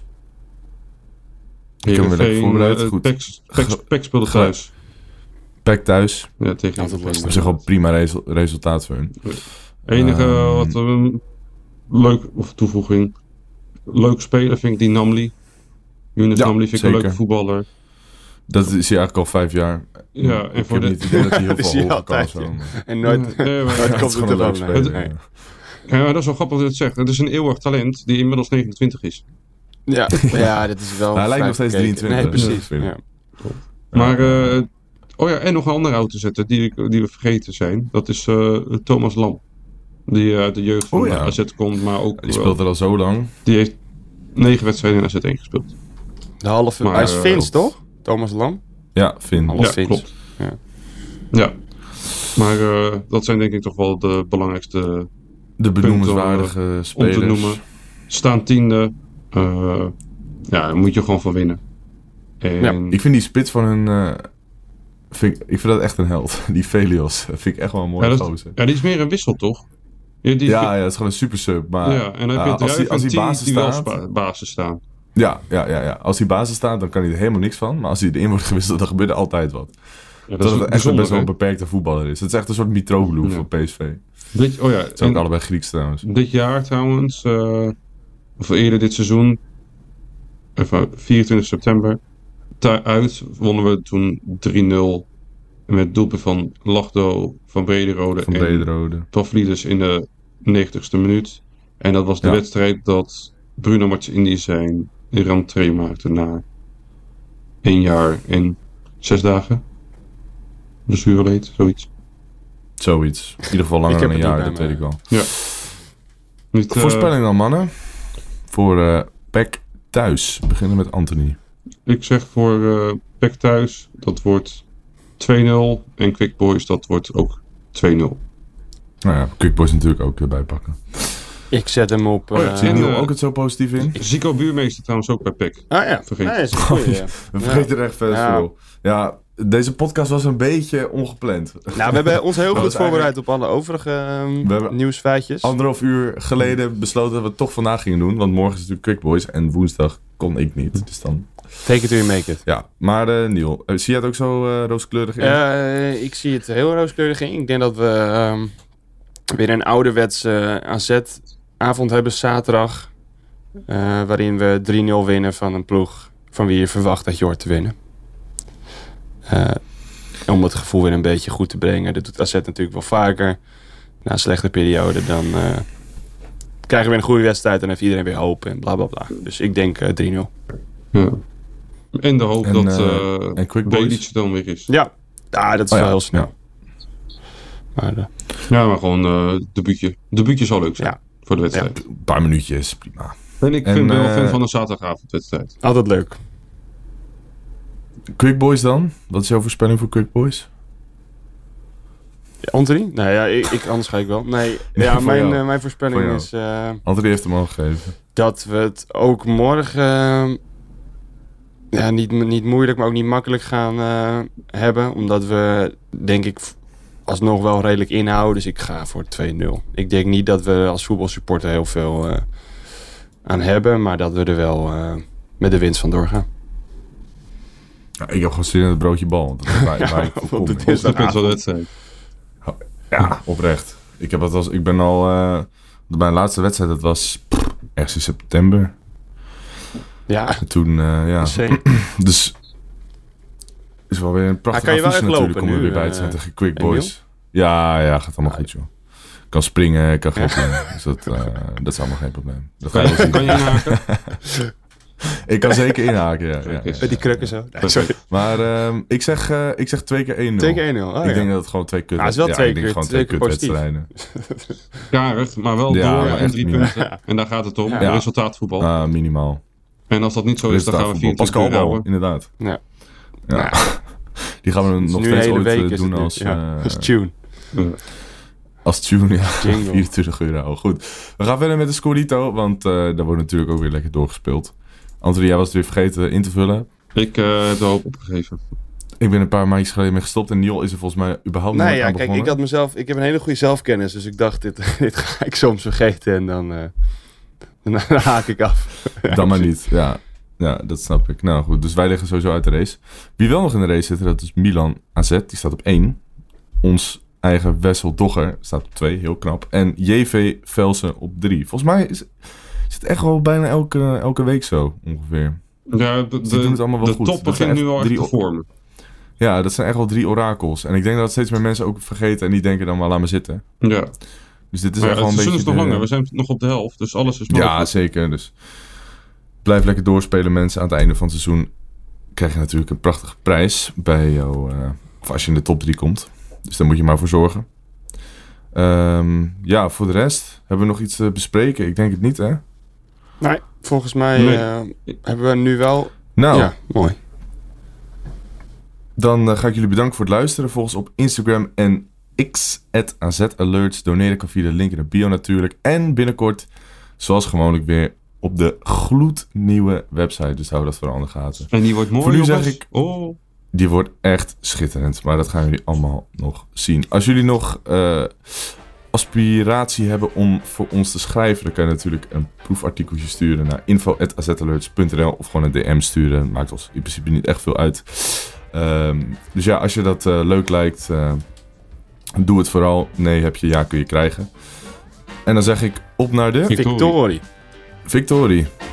Ik heb me lekker Heerenveen, voorbereid. eh, Goed. P E C P E C P E C speelde Ge- thuis. P E C thuis. Ja, tegen Altijd Heerenveen. Op zich wel prima resu- resultaat voor hun. enige Ehm. wat um, leuk, of toevoeging, leuk spelen vind ik die Namli. Yunus Ja, Namli vind ik zeker. een leuke voetballer. Dat is hij eigenlijk al vijf jaar. Ja, en ik voor heb de- niet het idee dat hij heel Dat is veel hij hoger kan. altijd, of zo. ja. En nooit, Nee, maar- nooit Het komt is het gewoon een leuk ervan. Nee, speler. nee. Ja, maar dat is wel grappig dat je het zegt. Het is een eeuwig talent die inmiddels negenentwintig is. Ja, ja, dat is wel... Hij lijkt vrij nog steeds gekeken. drieëntwintig. Nee, precies. Ja. Ja. Maar, uh, oh ja, en nog een andere auto zetten die, die we vergeten zijn. Dat is uh, Thomas Lam. Die uit uh, de jeugd van Oh ja. A Z komt, maar ook... Die speelt er al zo lang. Die heeft negen wedstrijden in A Z één gespeeld. De halve... Maar, hij is uh, Fins, toch? Thomas Lam? Ja, Finn. Alles ja, Fins. klopt. Ja. Ja. Maar uh, dat zijn denk ik toch wel de belangrijkste De benoemenswaardige punten, spelers. om te noemen. Staan tiende. Uh, ja, daar moet je gewoon van winnen. En... Ja, ik vind die spits van hun... Uh, vind ik, ik vind dat echt een held. Die Velios. Dat vind ik echt wel een mooie ja, gozer. Ja, die is meer een wissel, toch? Ja, die, ja, ja, dat is gewoon een super sub. Maar ja, en dan heb je uh, als die, als die basis die staat... wel spa- basis staan. Ja, ja, ja, ja, als die basis staat, dan kan hij er helemaal niks van. Maar als hij erin wordt gewisseld, dan gebeurt er altijd wat. Ja, dat, dat is het echt een best wel een beperkte voetballer is. Het is echt een soort Mitroglou ja. voor P S V. Dit, oh ja, het zijn ook allebei Grieks trouwens. Dit jaar trouwens, uh, of eerder dit seizoen, even vierentwintig september, uit wonnen we toen drie nul met doelpunt van Lachdo, Van Brederode van Brederode. en Pavlidis in de negentigste minuut. En dat was de ja. wedstrijd dat Bruno Martins zijn rentree maakte na één jaar en zes dagen. Blessureleed, zoiets. Zoiets. In ieder geval langer dan een jaar, dat weet ik wel. Ja. Niet, uh... Voorspelling dan, mannen. Voor uh, P E C thuis. We beginnen met Anthony. Ik zeg voor uh, P E C thuis, dat wordt twee nul. En Quick Boys, dat wordt ook twee nul. Nou ja, Quick Boys natuurlijk ook erbij pakken. Ik zet hem op... Uh, oh ja, zie je Niel ook het zo positief in? Zico Buurmeester trouwens ook bij P E C. Ah ja, vergeet. Ah, is een goeie, ja. We vergeten er echt veel. Ja. ja, deze podcast was een beetje ongepland. Nou, we hebben ons heel goed voorbereid op alle overige um, nieuwsfeitjes. Anderhalf uur geleden besloten dat we het toch vandaag gingen doen. Want morgen is natuurlijk Quick Boys en woensdag kon ik niet. Dus dan... Take it till you make it. Ja, maar uh, Niel, uh, zie jij het ook zo uh, rooskleurig in? Uh, ik zie het heel rooskleurig in. Ik denk dat we um, weer een ouderwets uh, A Z-avond hebben zaterdag. Uh, waarin we drie nul winnen van een ploeg van wie je verwacht dat je hoort te winnen. Uh, om het gevoel weer een beetje goed te brengen. Dat doet A Z natuurlijk wel vaker. Na een slechte periode dan uh, krijgen we weer een goede wedstrijd en heeft iedereen weer hoop en bla bla bla. Dus ik denk uh, drie nul. Ja. En de hoop en, dat uh, uh, Quick Belic dan weer is. Ja, ah, dat is oh, wel ja. heel snel. Ja, maar, uh, ja, maar gewoon uh, debuutje. Debuutje zal leuk zijn ja. voor de wedstrijd. Ja, een paar minuutjes, prima. En ik en, vind uh, wel fan van een zaterdagavondwedstrijd. Altijd leuk. Quick Boys dan? Wat is jouw voorspelling voor Quick Boys? Ja, Anthony? Nee, ja, ik, ik, anders ga ik wel. Nee, nee ja, mijn, uh, mijn voorspelling is... Uh, Anthony heeft hem al gegeven. Dat we het ook morgen... Uh, ja, niet, niet moeilijk, maar ook niet makkelijk gaan uh, hebben. Omdat we, denk ik, alsnog wel redelijk inhouden. Dus ik ga voor twee nul. Ik denk niet dat we als voetbalsupporter heel veel uh, aan hebben. Maar dat we er wel uh, met de winst van doorgaan. Ja, ik heb gewoon zin in het broodje bal. Want dat is waar, ja, waar ik voor kom. Dat is wel wedstrijd. Ja, oprecht. Ik, heb dat als, ik ben al... Uh, mijn laatste wedstrijd, dat was pff, ergens in september. Ja. En toen, uh, ja. Dus... is wel weer een prachtige ah, affiche natuurlijk. Lopen, om er weer bij te zijn uh, tegen Quick Boys. Ja, ja, gaat allemaal ah, goed, joh. Ik kan springen, ik kan grippelen. Ja. Dus dat, uh, dat is allemaal geen probleem. Dat kan, je, kan je inhaken? Ik kan zeker inhaken, ja. ja, Met ja, die krukken zo. Nee, sorry. Maar um, ik, zeg, uh, ik zeg twee keer één nul. Twee keer één nul. Oh, ik ja. denk dat het gewoon twee kut ah, is. wel ja, twee ik denk keer, gewoon twee, twee kutwedstrijden. Karig, maar wel ja, door maar en drie niet. punten. Ja. En daar gaat het om. Ja. Resultaatvoetbal. Uh, minimaal. En als dat niet zo is, dan gaan we vierentwintig uur houden. Inderdaad. Ja. Ja. Ja. Die gaan we nog steeds ooit uh, doen als... Ja. Uh, als tune. Uh, Als tune, ja. vierentwintig euro. Goed. We gaan verder met de Scorito, want uh, daar wordt natuurlijk ook weer lekker doorgespeeld. Anthony, jij was het weer vergeten in te vullen. Ik uh, heb de hoop opgegeven. Ik ben een paar maandjes geleden mee gestopt en Niel is er volgens mij überhaupt nee, niet ja, aan kijk, begonnen. ik had mezelf, ik heb een hele goede zelfkennis, dus ik dacht, dit, dit ga ik soms vergeten en dan, uh, dan haak ik af. Ja, dan maar niet, ja. Ja, dat snap ik. Nou goed, dus wij liggen sowieso uit de race. Wie wel nog in de race zit, dat is Milan A Z, die staat op één. Ons eigen Wessel Dogger staat op twee, heel knap. En J V Velsen op drie. Volgens mij is, is het echt wel bijna elke, elke week zo, ongeveer. Ja, de, dus die doen het allemaal wel de goed. top begint nu al echt te vormen. Ja, dat zijn echt wel drie orakels. En ik denk dat steeds meer mensen ook vergeten en die denken dan maar laat me zitten. Ja. Dus dit is maar echt ja, wel een beetje... Het is nog langer, we zijn nog op de helft, dus alles is mogelijk. Ja, zeker. Dus blijf lekker doorspelen, mensen. Aan het einde van het seizoen krijg je natuurlijk een prachtige prijs bij jou, uh, of als je in de top drie komt. Dus daar moet je maar voor zorgen. Um, ja, voor de rest hebben we nog iets te bespreken. Ik denk het niet, hè? Nee, volgens mij nee. Uh, hebben we nu wel... Nou, ja, mooi. Dan uh, ga ik jullie bedanken voor het luisteren. Volg ons op Instagram en X at A Z Alerts. Doneren kan via de link in de bio natuurlijk. En binnenkort, zoals gewoonlijk weer, op de gloednieuwe website. Dus hou dat vooral in de gaten. En die wordt mooi, Voor nu jongens. zeg ik, Oh. die wordt echt schitterend. Maar dat gaan jullie allemaal nog zien. Als jullie nog uh, aspiratie hebben om voor ons te schrijven, dan kan je natuurlijk een proefartikeltje sturen naar info at a z alerts punt n l of gewoon een D M sturen. Maakt ons in principe niet echt veel uit. Um, dus ja, als je dat uh, leuk lijkt, uh, doe het vooral. Nee, heb je, ja kun je krijgen. En dan zeg ik op naar de Victorie. Victorie. Victorie.